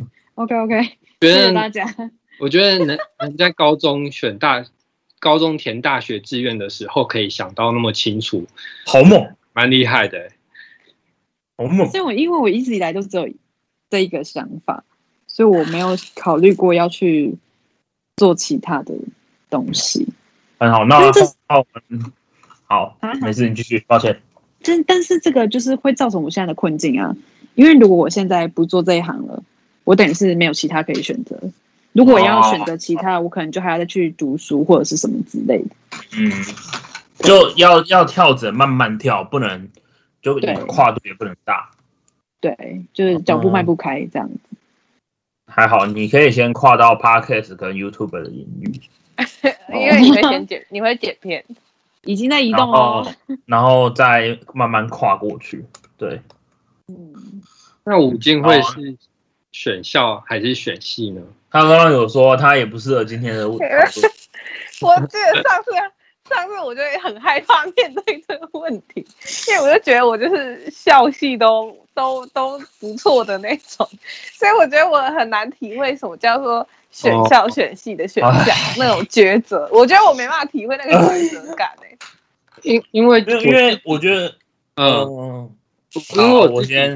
[SPEAKER 4] OK， 谢谢大家。
[SPEAKER 3] 我觉得能在高中填大学志愿的时候，可以想到那么清楚，
[SPEAKER 1] 好猛，
[SPEAKER 3] 蛮厉害的，
[SPEAKER 1] 好猛。
[SPEAKER 4] 所以因为我一直以来都只有这一个想法，所以我没有考虑过要去做其他的东西。
[SPEAKER 1] 很好，好，没事，你继续，抱歉。
[SPEAKER 4] 但是这个就是会造成我现在的困境啊，因为如果我现在不做这一行了，我等于是没有其他可以选择。如果我要选择其他，我可能就还要再去读书或者是什么之类的。
[SPEAKER 1] 就要跳着慢慢跳，不能就跨度也不能大。
[SPEAKER 4] 对，就是脚步迈不开这样子。
[SPEAKER 1] 还好，你可以先跨到 Podcast 跟 YouTube 的领域，
[SPEAKER 2] 因为你会先你会剪片，
[SPEAKER 4] 已经在移动了，
[SPEAKER 1] 然后再慢慢跨过去。对，
[SPEAKER 3] 那武金会是选校还是选系呢？
[SPEAKER 1] 他刚刚有说他也不适合今天的讨论。
[SPEAKER 2] 我记得上次我就很害怕面对这个问题，因为我就觉得我就是校系都不错的那种，所以我觉得我很难体会什么叫做选校选系的选项那种抉择。我觉得我没办法体会那个抉择感
[SPEAKER 3] 因为
[SPEAKER 1] 我觉得
[SPEAKER 3] 因为
[SPEAKER 1] 我先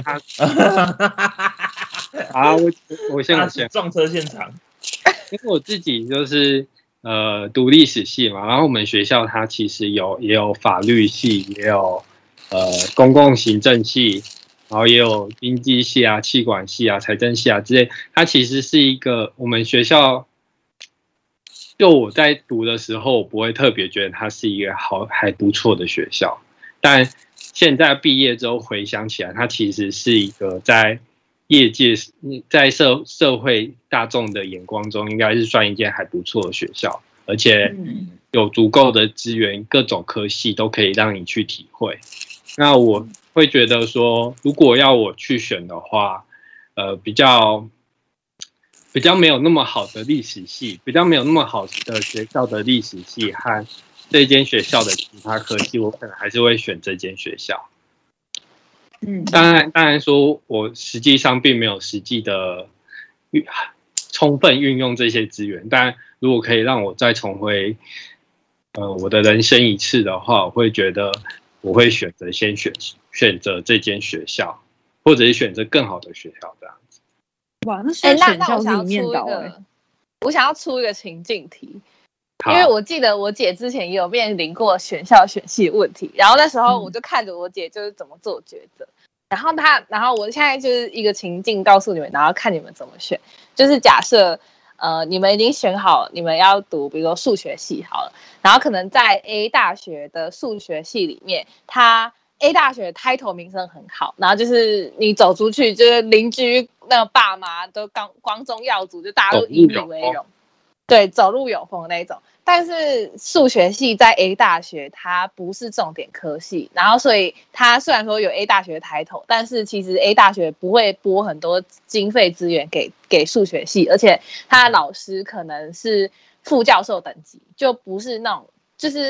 [SPEAKER 3] 我先
[SPEAKER 1] 撞车现场，
[SPEAKER 3] 因为我自己就是读历史系嘛，然后我们学校它其实也有法律系，也有公共行政系，然后也有经济系啊、企管系啊、财政系啊之类。它其实是一个我们学校，就我在读的时候，我不会特别觉得它是一个还不错的学校，但现在毕业之后回想起来，它其实是一个在业界、在社会大众的眼光中，应该是算一间还不错的学校，而且有足够的资源，各种科系都可以让你去体会。那我会觉得说，如果要我去选的话，比较没有那么好的历史系，比较没有那么好的学校的历史系和这间学校的其他科系，我可能还是会选这间学校。当然说，我实际上并没有实际的充分运用这些资源，但如果可以让我再重回我的人生一次的话，我会觉得我会选择选择这间学校，或者是选择更好的学校这样子。
[SPEAKER 4] 哇，那选校是一面倒
[SPEAKER 2] 我想要出一个情境题。因为我记得我姐之前也有面临过选校选系的问题，然后那时候我就看着我姐就是怎么做抉择，然后我现在就是一个情境告诉你们，然后看你们怎么选。就是假设你们已经选好你们要读比如说数学系好了，然后可能在 A 大学的数学系里面，它 A 大学的 title 名声很好，然后就是你走出去就是邻居那个爸妈都光宗耀祖，就大家都以你为荣，对，走路有风那种。但是数学系在 A 大学它不是重点科系，然后所以它虽然说有 A 大学的抬头，但是其实 A 大学不会拨很多经费资源给数学系，而且他的老师可能是副教授等级，就不是那种就是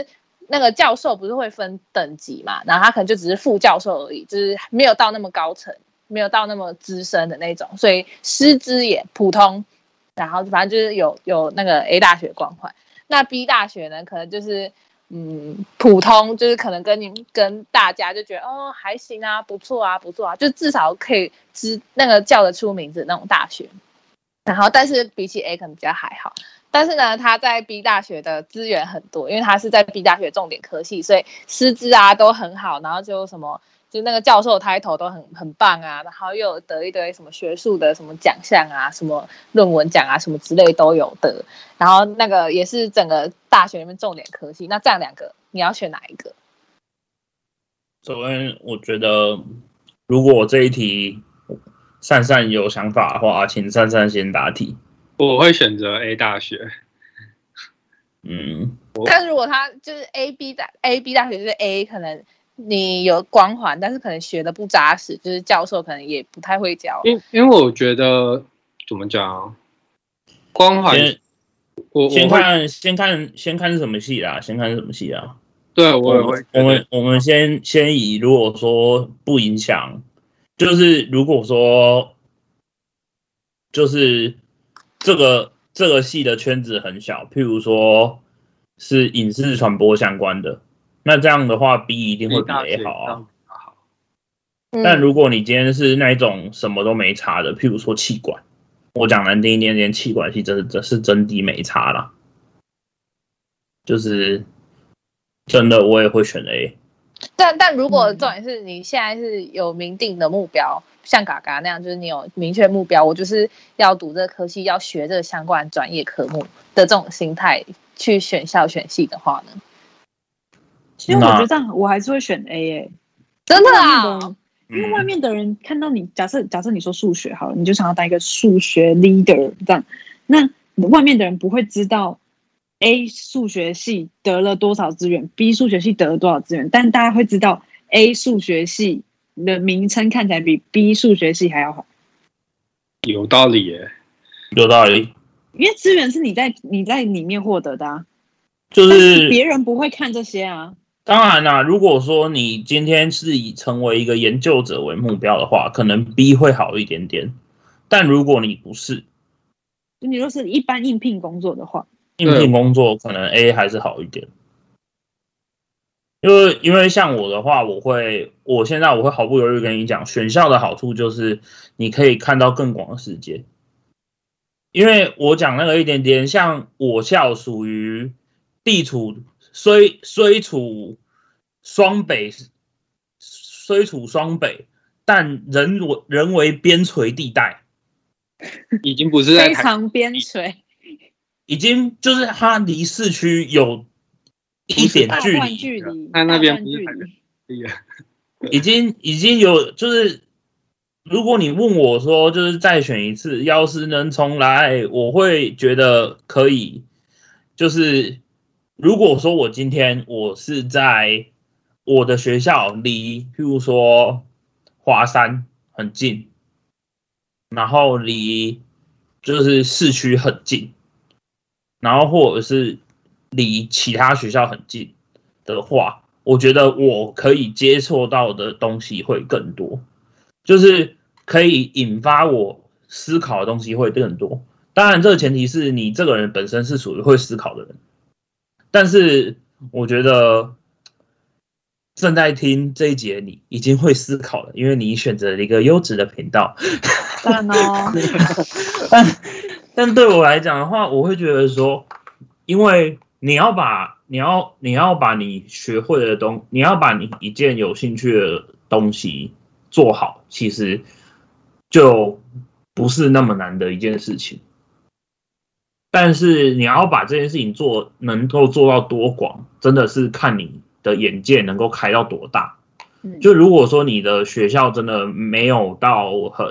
[SPEAKER 2] 那个教授不是会分等级嘛，然后他可能就只是副教授而已，就是没有到那么高层，没有到那么资深的那种，所以师资也普通，然后反正就是有那个 A 大学光环。那 B 大学呢，可能就是普通，就是可能跟大家就觉得哦还行啊，不错啊，就至少可以那个叫得出名字那种大学。然后但是比起 A 可能比较还好。但是呢，他在 B 大学的资源很多，因为他是在 B 大学重点科系，所以师资啊都很好，然后就什么，就那个教授title都很棒啊，然后又有得一堆什么学术的什么奖项啊，什么论文奖啊，什么之类都有得。然后那个也是整个大学里面重点科系。那这样两个，你要选哪一个？
[SPEAKER 1] 首先，我觉得如果这一题善善有想法的话，请善善先答题。
[SPEAKER 3] 我会选择 A 大学。
[SPEAKER 2] 但如果他就是 B 大学就是 A， 可能你有光环，但是可能学的不扎实，就是教授可能也不太会教。
[SPEAKER 3] 因为我觉得怎么讲，光环，
[SPEAKER 1] 先看是什么系啦，
[SPEAKER 3] 对，
[SPEAKER 1] 我们先以如果说不影响，就是如果说就是这个系的圈子很小，譬如说是影视传播相关的，那这样的话 B 一定会比 A 好啊。但如果你今天是那一种什么都没差的，譬如说企管，我讲难听一点点，企管系真的没差啦，就是真的我也会选 A。
[SPEAKER 2] 但如果重点是你现在是有明定的目标，像嘎嘎那样，就是你有明确目标，我就是要读这个科系，要学这个相关专业科目的这种心态去选校选系的话呢？
[SPEAKER 4] 因为我觉得这样我还是会选 A
[SPEAKER 2] 真的啊。
[SPEAKER 4] 因为外面的人看到你，假设你说数学好了，你就想要当一个数学 leader 这样，那外面的人不会知道 A 数学系得了多少资源 ，B 数学系得了多少资源，但大家会知道 A 数学系的名称看起来比 B 数学系还要好。
[SPEAKER 3] 有道理耶，
[SPEAKER 1] 有道理，
[SPEAKER 4] 因为资源是你在里面获得的啊，
[SPEAKER 1] 就是
[SPEAKER 4] 别人不会看这些啊。
[SPEAKER 1] 当然啦，如果说你今天是以成为一个研究者为目标的话，可能 B 会好一点点。但如果你不是，
[SPEAKER 4] 你若是一般应聘工作的话，
[SPEAKER 1] 应聘工作可能 A 还是好一点。因为像我的话，我现在会毫不犹豫跟你讲，选校的好处就是你可以看到更广的世界。因为我讲那个一点点，像我校属于地处虽处双北，但人为边陲地带，
[SPEAKER 3] 已经不是在
[SPEAKER 4] 非常边陲，
[SPEAKER 1] 已经就是它离市区有一点距离，
[SPEAKER 3] 它那边不是
[SPEAKER 1] 已经有就是。如果你问我说，就是再选一次，要是能重来，我会觉得可以。就是如果说我今天我是在我的学校离，譬如说华山很近，然后离就是市区很近，然后或者是离其他学校很近的话，我觉得我可以接触到的东西会更多。就是可以引发我思考的东西会更多。当然，这个前提是你这个人本身是属于会思考的人。但是，我觉得正在听这一节你已经会思考了，因为你选择了一个优质的频道。
[SPEAKER 4] 当然哦。
[SPEAKER 1] 但对我来讲的话，我会觉得说，因为你要把你学会的你要把你一件有兴趣的东西做好，其实就不是那么难的一件事情。但是你要把这件事情能够做到多广，真的是看你的眼界能够开到多大。就如果说你的学校真的没有到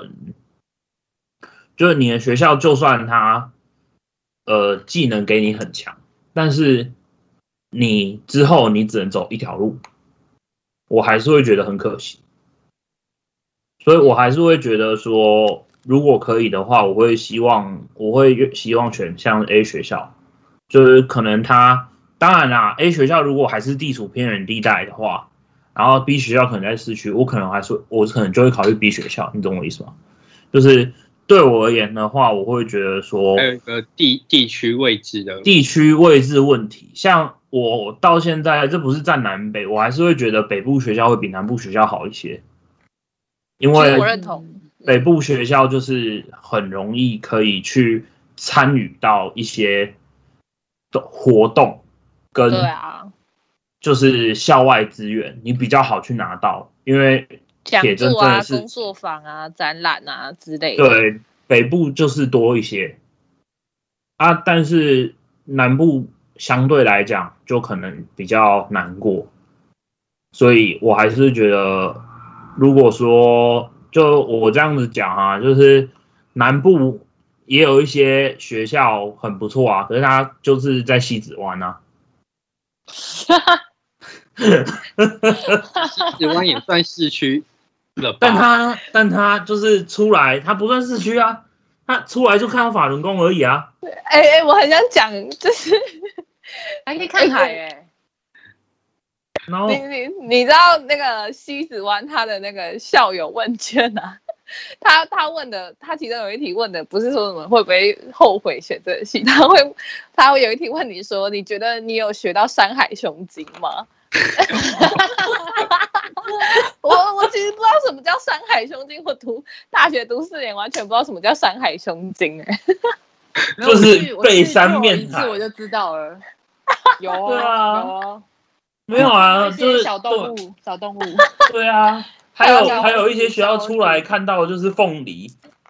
[SPEAKER 1] 就是你的学校就算它技能给你很强，但是你之后你只能走一条路，我还是会觉得很可惜。所以我还是会觉得说，如果可以的话，我会希望选像 A 学校，就是可能他当然啦，A 学校如果还是地处偏远地带的话，然后 B 学校可能在市区，我可能就会考虑 B 学校，你懂我意思吗？就是对我而言的话，我会觉得说，
[SPEAKER 3] 还有一个地区位置的
[SPEAKER 1] 问题，像我到现在，这不是占南北，我还是会觉得北部学校会比南部学校好一些，因为
[SPEAKER 2] 我认同
[SPEAKER 1] 北部学校就是很容易可以去参与到一些活动跟
[SPEAKER 2] 对啊，
[SPEAKER 1] 就是校外资源，你比较好去拿到，因为
[SPEAKER 2] 讲
[SPEAKER 1] 铁证
[SPEAKER 2] 座啊、
[SPEAKER 1] 真的是
[SPEAKER 2] 工作坊啊、展览啊之类的。
[SPEAKER 1] 对北部就是多一些啊，但是南部相对来讲就可能比较难过，所以我还是觉得，如果说就我这样子讲啊，就是南部也有一些学校很不错啊，可是它就是在西子湾啊。
[SPEAKER 3] 西子湾也算市区了吧？
[SPEAKER 1] 但他就是出来，他不算市区啊，他出来就看到法轮功而已啊。
[SPEAKER 2] 我很想讲，就是
[SPEAKER 5] 还可以看海
[SPEAKER 1] 然后
[SPEAKER 2] 你知道那个西子湾他的那个校友问卷啊？他问的，他其中有一题问的不是说什么会不会后悔选这个系，他会有一题问你说，你觉得你有学到山海胸经吗？我其实不知道什么叫山海胸经，我大学读4年完全不知道什么叫山海胸经
[SPEAKER 1] 就是背山面海，
[SPEAKER 5] 我就知道了。有
[SPEAKER 1] 对啊，
[SPEAKER 5] 有啊，
[SPEAKER 1] 没有啊，就是
[SPEAKER 5] 小动物，小动物。
[SPEAKER 1] 对啊，还有一些学校出来看到的就是凤梨，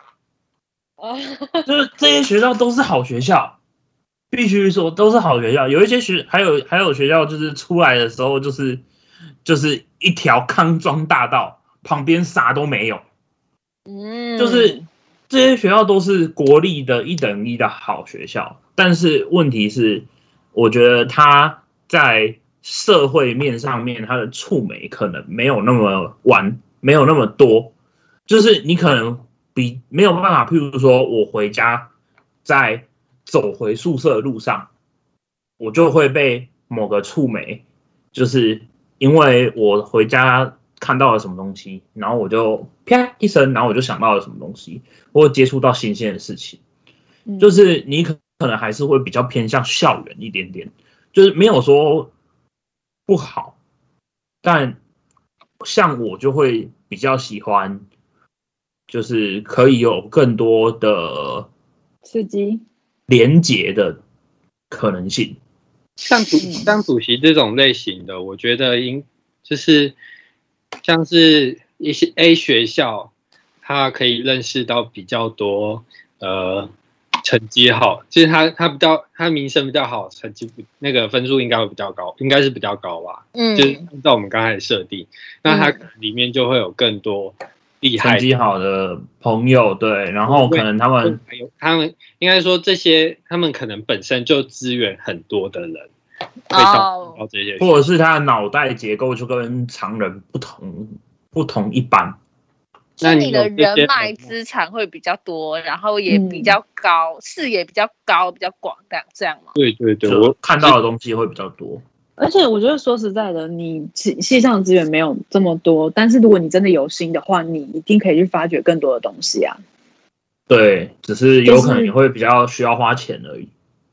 [SPEAKER 1] 就是这些学校都是好学校，必须说都是好学校。有一些还有学校就是出来的时候就是一条康庄大道，旁边啥都没有，就是这些学校都是国立的1等1的好学校，但是问题是，我觉得它在社会面上面，它的触媒可能没有那么没有那么多，就是你可能没有办法，譬如说我回家在走回宿舍的路上，我就会被某个触媒，就是因为我回家看到了什么东西，然后我就啪一声，然后我就想到了什么东西，或接触到新鲜的事情，就是你可能还是会比较偏向校园一点点，就是没有说不好，但像我就会比较喜欢，就是可以有更多的
[SPEAKER 4] 刺激
[SPEAKER 1] 连结的可能性。
[SPEAKER 3] 像主席这种类型的，我觉得就是像是一些 A 学校，他可以认识到比较多成绩好，就是他名声比较好，成绩那个分数应该会比较高，应该是比较高吧。就是按照我们刚才的设定，那他里面就会有更多厉害、
[SPEAKER 1] 成绩好的朋友，对，然后可能他们
[SPEAKER 3] 应该说他们可能本身就资源很多的人，会到这些，
[SPEAKER 1] 或者是他的脑袋结构就跟常人不同一般。
[SPEAKER 2] 那你的人脉资产会比较多，然后也比较高，视野比较高、比较广，这样吗？
[SPEAKER 3] 对，
[SPEAKER 1] 我看到的东西会比较多。
[SPEAKER 4] 而且我觉得说实在的，你系上的资源没有这么多，但是如果你真的有心的话，你一定可以去发掘更多的东西啊。
[SPEAKER 1] 对，只是有可能你会比较需要花钱而已。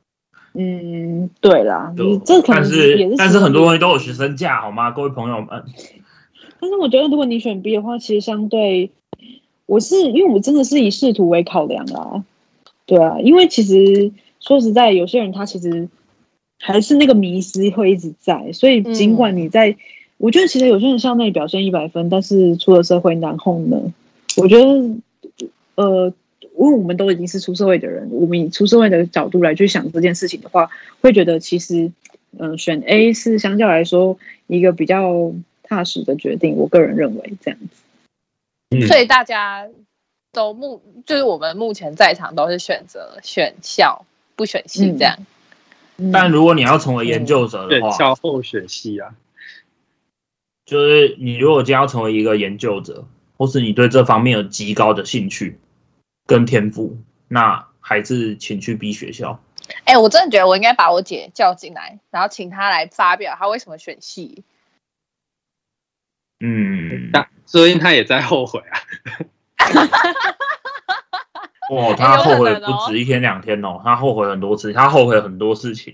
[SPEAKER 4] 对啦，这可能
[SPEAKER 1] 但是很多东西都有学生价，好吗，各位朋友们？
[SPEAKER 4] 但是我觉得，如果你选 B 的话，其实相对，因为我真的是以仕途为考量啦。对啊，因为其实说实在，有些人他其实还是那个迷思会一直在，所以尽管你我觉得其实有些人校内表现100分，但是出了社会然后呢，我觉得因为我们都已经是出社会的人，我们以出社会的角度来去想这件事情的话，会觉得其实选 A 是相较来说一个比较踏实的决定，我个人认为这样子。
[SPEAKER 2] 所以大家都就是我们目前在场都是选择选校不选系这样。
[SPEAKER 1] 但如果你要成为研究者的话，
[SPEAKER 3] 选校后选系啊，
[SPEAKER 1] 就是你如果今天要成为一个研究者，或是你对这方面有极高的兴趣跟天赋，那还是请去 B 学校。
[SPEAKER 2] 我真的觉得我应该把我姐叫进来，然后请她来发表她为什么选系。
[SPEAKER 3] 所以他也在后悔啊。
[SPEAKER 1] 哇，他后悔不止1天2天哦，他后悔很多次，他后悔很多事情。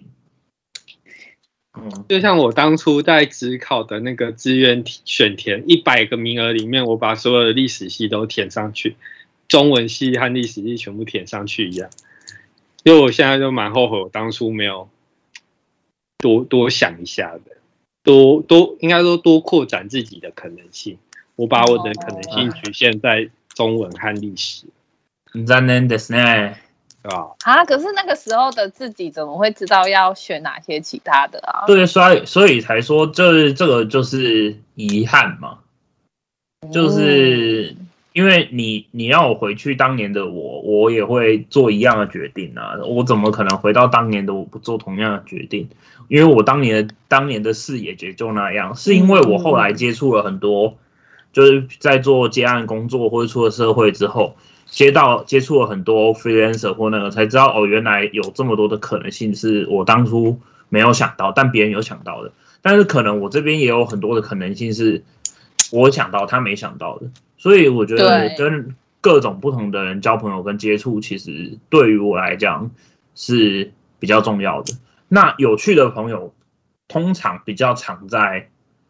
[SPEAKER 3] 就像我当初在指考的那个志愿选填100个名额里面，我把所有的历史系都填上去，中文系和历史系全部填上去一样。因为我现在就蛮后悔，我当初没有多想一下的，应该说多扩展自己的可能性。我把我的可能性局限在中文和历史。
[SPEAKER 1] 残念ですね。
[SPEAKER 2] 可是那个时候的自己怎么会知道要选哪些其他的啊？
[SPEAKER 1] 对，所以才说，就是这个就是遗憾嘛，就是因为你让我回去当年的我也会做一样的决定啊，我怎么可能回到当年的我不做同样的决定？因为我当年的视野也就那样，是因为我后来接触了很多，就是在做接案工作或者出了社会之后。接触了很多 freelancer 或那个，才知道哦，原来有这么多的可能性是我当初没有想到，但别人有想到的。但是可能我这边也有很多的可能性是我想到他没想到的。所以我觉得跟各种不同的人交朋友跟接触，其实对于我来讲是比较重要的。那有趣的朋友通常比较常在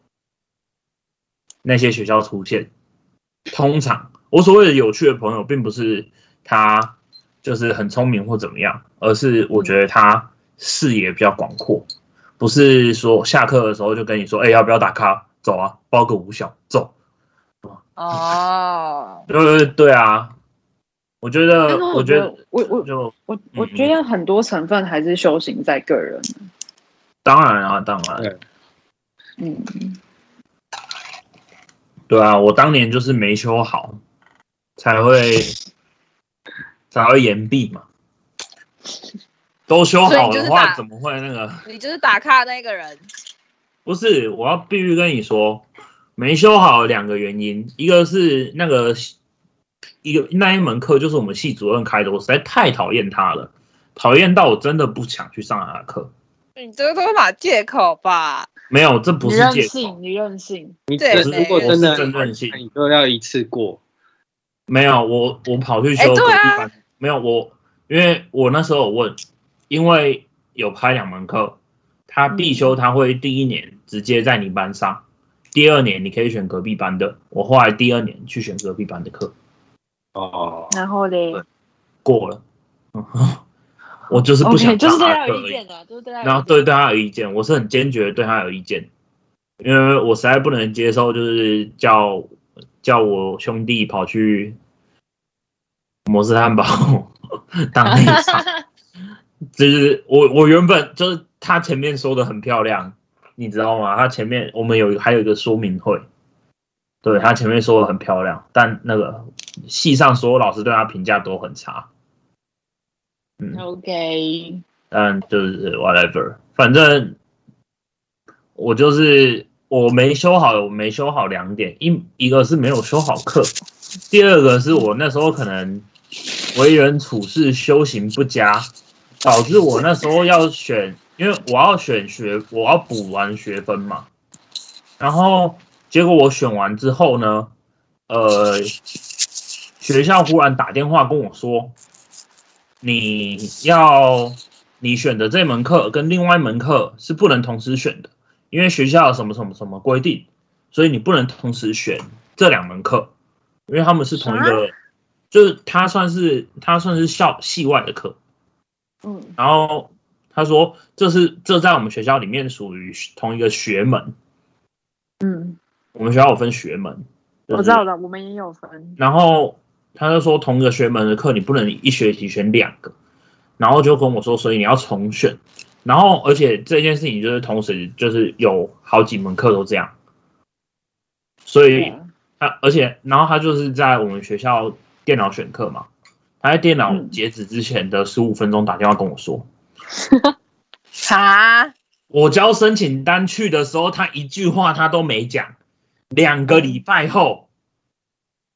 [SPEAKER 1] 那些学校出现，通常。我所谓的有趣的朋友，并不是他就是很聪明或怎么样，而是我觉得他视野比较广阔，不是说下课的时候就跟你说，要不要打卡？走啊，包个5小走。对啊，我觉得
[SPEAKER 4] 我觉得很多成分还是修行在个人。
[SPEAKER 1] 当然。对啊，我当年就是没修好。才会延毕嘛，都修好的话怎么会那个？
[SPEAKER 2] 你就是打卡那个人。
[SPEAKER 1] 不是，我必须跟你说，没修好有2个原因，一个是那一门课就是我们系主任开的，我实在太讨厌他了，讨厌到我真的不想去上他的课。
[SPEAKER 2] 你这个都是把借口吧？
[SPEAKER 1] 没有，这不是借口。
[SPEAKER 4] 你任性。
[SPEAKER 3] 你如果真的
[SPEAKER 1] 任性，
[SPEAKER 3] 你就要一次过。
[SPEAKER 1] 没有，我跑去修隔壁班。没有因为我那时候有问，因为有开2门课，他必修他会第1年直接在你班上，第2年你可以选隔壁班的。我后来第2年去选隔壁班的课。
[SPEAKER 4] 然后嘞，
[SPEAKER 1] 过了。我就是不想上他的课而已。然后对他有意见，我是很坚决的对他有意见，因为我实在不能接受，就是叫我兄弟跑去摩斯汉堡当内场，就是我原本就是他前面说的很漂亮，你知道吗？他前面我们还有一个说明会，对他前面说的很漂亮，但那个系上所有老师对他评价都很差。
[SPEAKER 4] OK，
[SPEAKER 1] 但就是 whatever， 反正我就是我没修好2点，一个是没有修好课，第2个是我那时候可能为人处事修行不佳，导致我那时候要选，因为我要补完学分嘛，然后结果我选完之后呢，学校忽然打电话跟我说，你选的这门课跟另外一门课是不能同时选的，因为学校有什么什么什么规定，所以你不能同时选这2门课，因为他们是同一个，就是它算是系外的课。然后他说这在我们学校里面属于同一个学门。我们学校有分学门。
[SPEAKER 4] 我知道的，我们也有分。
[SPEAKER 1] 然后他就说同一个学门的课你不能一学期选2个，然后就跟我说，所以你要重选。然后而且这件事情就是同时就是有好几门课都这样，所以然后他就是在我们学校电脑选课嘛，他在电脑截止之前的15分钟打电话跟我说，我交申请单去的时候，他一句话他都没讲。2个礼拜后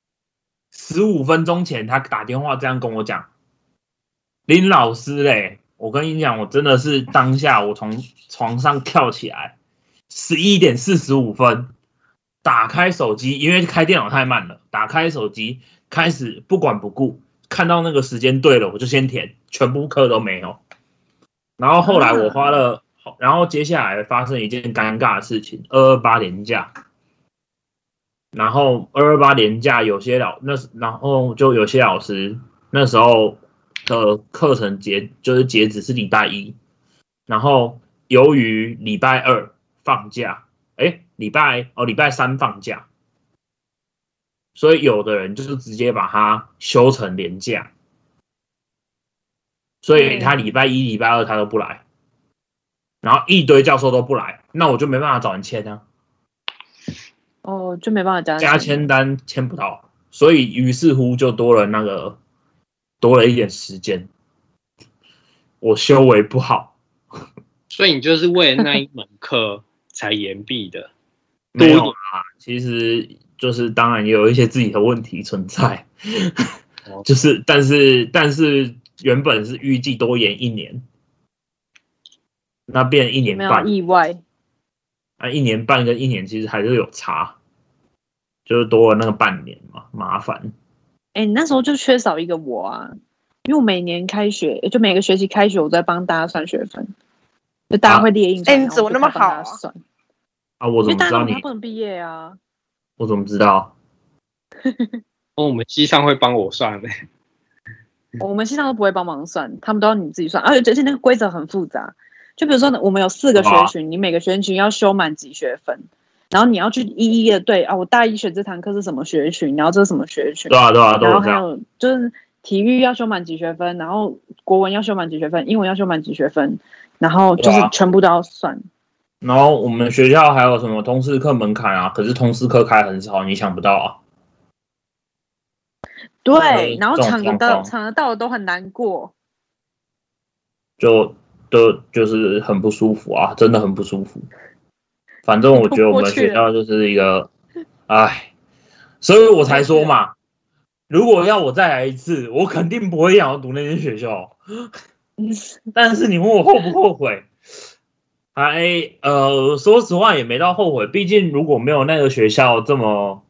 [SPEAKER 1] ，15分钟前他打电话这样跟我讲，林老师嘞， 我跟你讲，我真的是当下我从床上跳起来，11:45，打开手机，因为开电脑太慢了，打开手机开始不管不顾，看到那个时间对了，我就先填，全部课都没有。然后后来我花了，然后接下来发生一件尴尬的事情，228连假。然后228连假然后就有些老师那时候的课程截止是礼拜一，然后由于礼拜二放假，礼拜三放假，所以有的人就是直接把它修成连假，所以他礼拜一、礼拜二他都不来，然后一堆教授都不来，那我就没办法找人签啊。
[SPEAKER 4] 哦，就没办法
[SPEAKER 1] 加签单签不到，所以于是乎就多了一点时间，我修为不好，
[SPEAKER 3] 所以你就是为了那一门课才延毕的？
[SPEAKER 1] 没有啊，其实就是当然也有一些自己的问题存在，就是但是原本是预计多延1年，那变1年半，
[SPEAKER 4] 没有意外。
[SPEAKER 1] 1年半跟1年其实还是有差，就是多了那个半年嘛，麻烦。
[SPEAKER 4] 你那时候就缺少一个我啊，因为我每年开学，就每个学期开学，我在帮大家算学分，就大家会列印。
[SPEAKER 2] 你怎么那么好啊？
[SPEAKER 1] 我怎么知道你
[SPEAKER 4] 不能毕业啊？
[SPEAKER 1] 我怎么知道？
[SPEAKER 3] 我们系上会帮我算的。
[SPEAKER 4] 我们系上都不会帮忙算，他们都要你自己算，而且那个规则很复杂。就比如说，我们有4个学群，你每个学群要修满几学分，然后你要去一一的对啊，我大一选这堂课是什么学群，然后这是什么学群，
[SPEAKER 1] 对啊，
[SPEAKER 4] 然后还有就是体育要修满几学分，然后国文要修满几学分，英文要修满几学分，然后就是全部都要算。
[SPEAKER 1] 然后我们学校还有什么通识课门槛啊？可是通识课开很少，你想不到啊。
[SPEAKER 4] 对，然后抢得到的都很难过，
[SPEAKER 1] 就是很不舒服啊，真的很不舒服。反正我觉得我们学校就是一个，所以我才说嘛，如果要我再来一次，我肯定不会想要读那间学校。但是你问我后不后悔？说实话也没到后悔，毕竟如果没有那个学校这么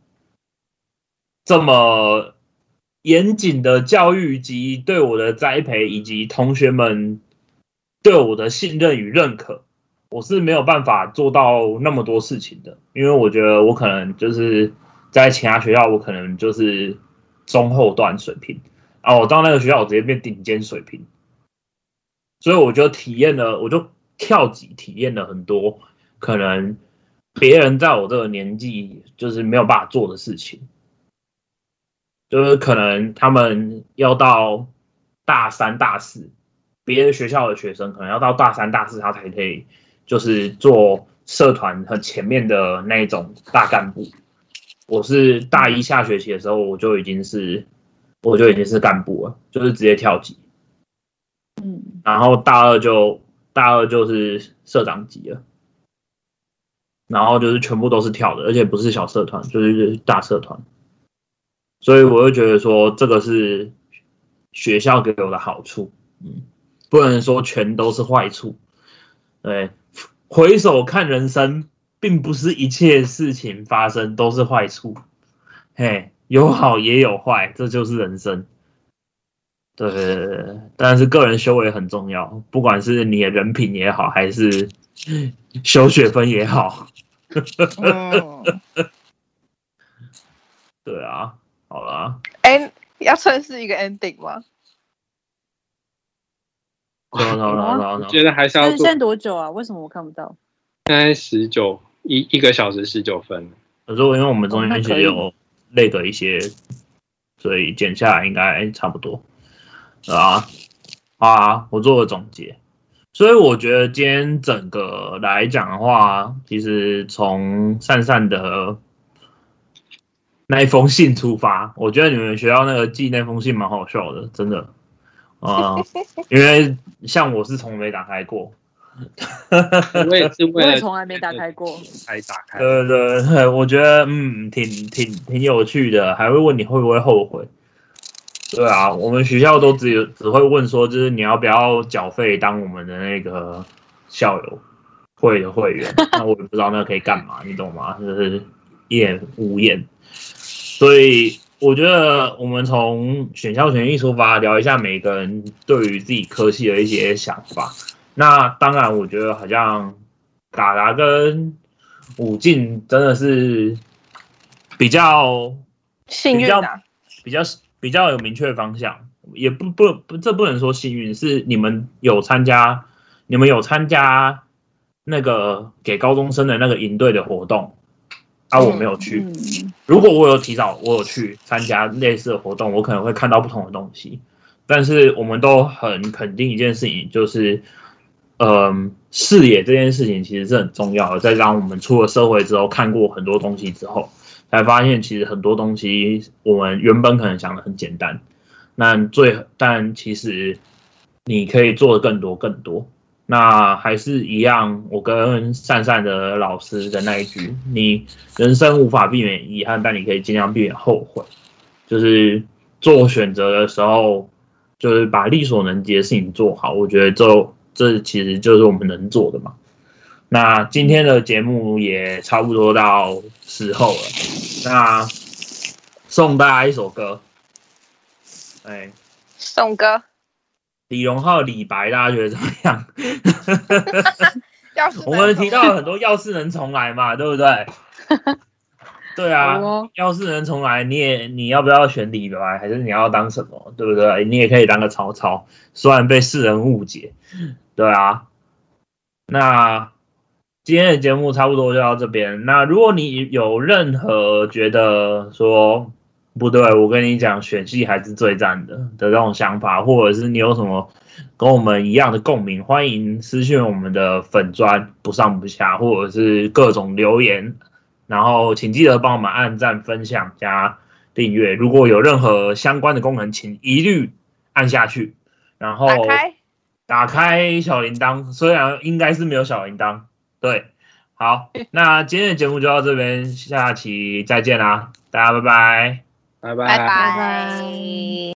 [SPEAKER 1] 严谨的教育及对我的栽培，以及同学们对我的信任与认可，我是没有办法做到那么多事情的。因为我觉得我可能就是在其他学校，我可能就是中后段水平，我到那个学校我直接变顶尖水平，所以我就跳级体验了很多可能别人在我这个年纪就是没有办法做的事情。就是可能他们要到大3、大4，别的学校的学生可能要到大3、大4，他才可以就是做社团很前面的那一种大干部。我是大1下学期的时候，我就已经是干部了，就是直接跳级。然后大二就是社长级了，然后就是全部都是跳的，而且不是小社团，就是大社团。所以我会觉得说，这个是学校给我的好处，不能说全都是坏处。对，回首看人生，并不是一切事情发生都是坏处，有好也有坏，这就是人生。对，但是个人修为很重要，不管是你的人品也好，还是修学分也好。对啊。好啦，
[SPEAKER 2] 要算是一个 ending 吗？
[SPEAKER 3] 我觉得还是要做。
[SPEAKER 4] 现在多久啊？为什么我看不到？
[SPEAKER 3] 现在1个小时19分。
[SPEAKER 1] 可是因为我们中间其实有累的一些，所以剪下来应该差不多。我做个总结，所以我觉得今天整个来讲的话，其实从善善的那一封信出发，我觉得你们学校那个寄那封信蛮好笑的，真的。因为像我是从没打开过，
[SPEAKER 3] 我也是为了
[SPEAKER 4] 从来没打开过
[SPEAKER 3] 才打开。
[SPEAKER 1] 对，我觉得挺有趣的，还会问你会不会后悔。 对啊，我们学校都只会问说，就是你要不要缴费当我们的那个校友会的会员，那我也不知道那可以干嘛，你懂吗？就是一脸无言。所以我觉得我们从选校权益出发，聊一下每个人对于自己科系的一些想法。那当然，我觉得好像达达跟武进真的是比较
[SPEAKER 2] 幸运啊，
[SPEAKER 1] 比较有明确的方向，也这不能说幸运，是你们有参加那个给高中生的那个营队的活动啊，我没有去。如果我有去参加类似的活动，我可能会看到不同的东西。但是我们都很肯定一件事情，就是视野这件事情其实是很重要的。在让我们出了社会之后，看过很多东西之后，才发现其实很多东西我们原本可能想的很简单，但其实你可以做的更多。那还是一样，我跟善善的老师的那一句：你人生无法避免遗憾，但你可以尽量避免后悔。就是做选择的时候，就是把力所能及的事情做好。我觉得这其实就是我们能做的嘛。那今天的节目也差不多到时候了，那送大家一首歌，
[SPEAKER 2] 宋歌，
[SPEAKER 1] 李荣浩、李白，大家觉得怎么样？
[SPEAKER 2] 要是
[SPEAKER 1] 我们提到了很多要是能重来嘛，对不对？对啊，要是能重来，你要不要选李白，还是你要当什么，对不对？你也可以当个曹操，虽然被世人误解，对啊。那今天的节目差不多就到这边。那如果你有任何觉得说不对，我跟你讲，选系还是最赞的这种想法，或者是你有什么跟我们一样的共鸣，欢迎私讯我们的粉专不上不下，或者是各种留言。然后请记得帮我们按赞、分享、加订阅。如果有任何相关的功能，请一律按下去。然后打开小铃铛，虽然应该是没有小铃铛。对，好，那今天的节目就到这边，下期再见啦，大家拜拜，
[SPEAKER 3] 拜拜。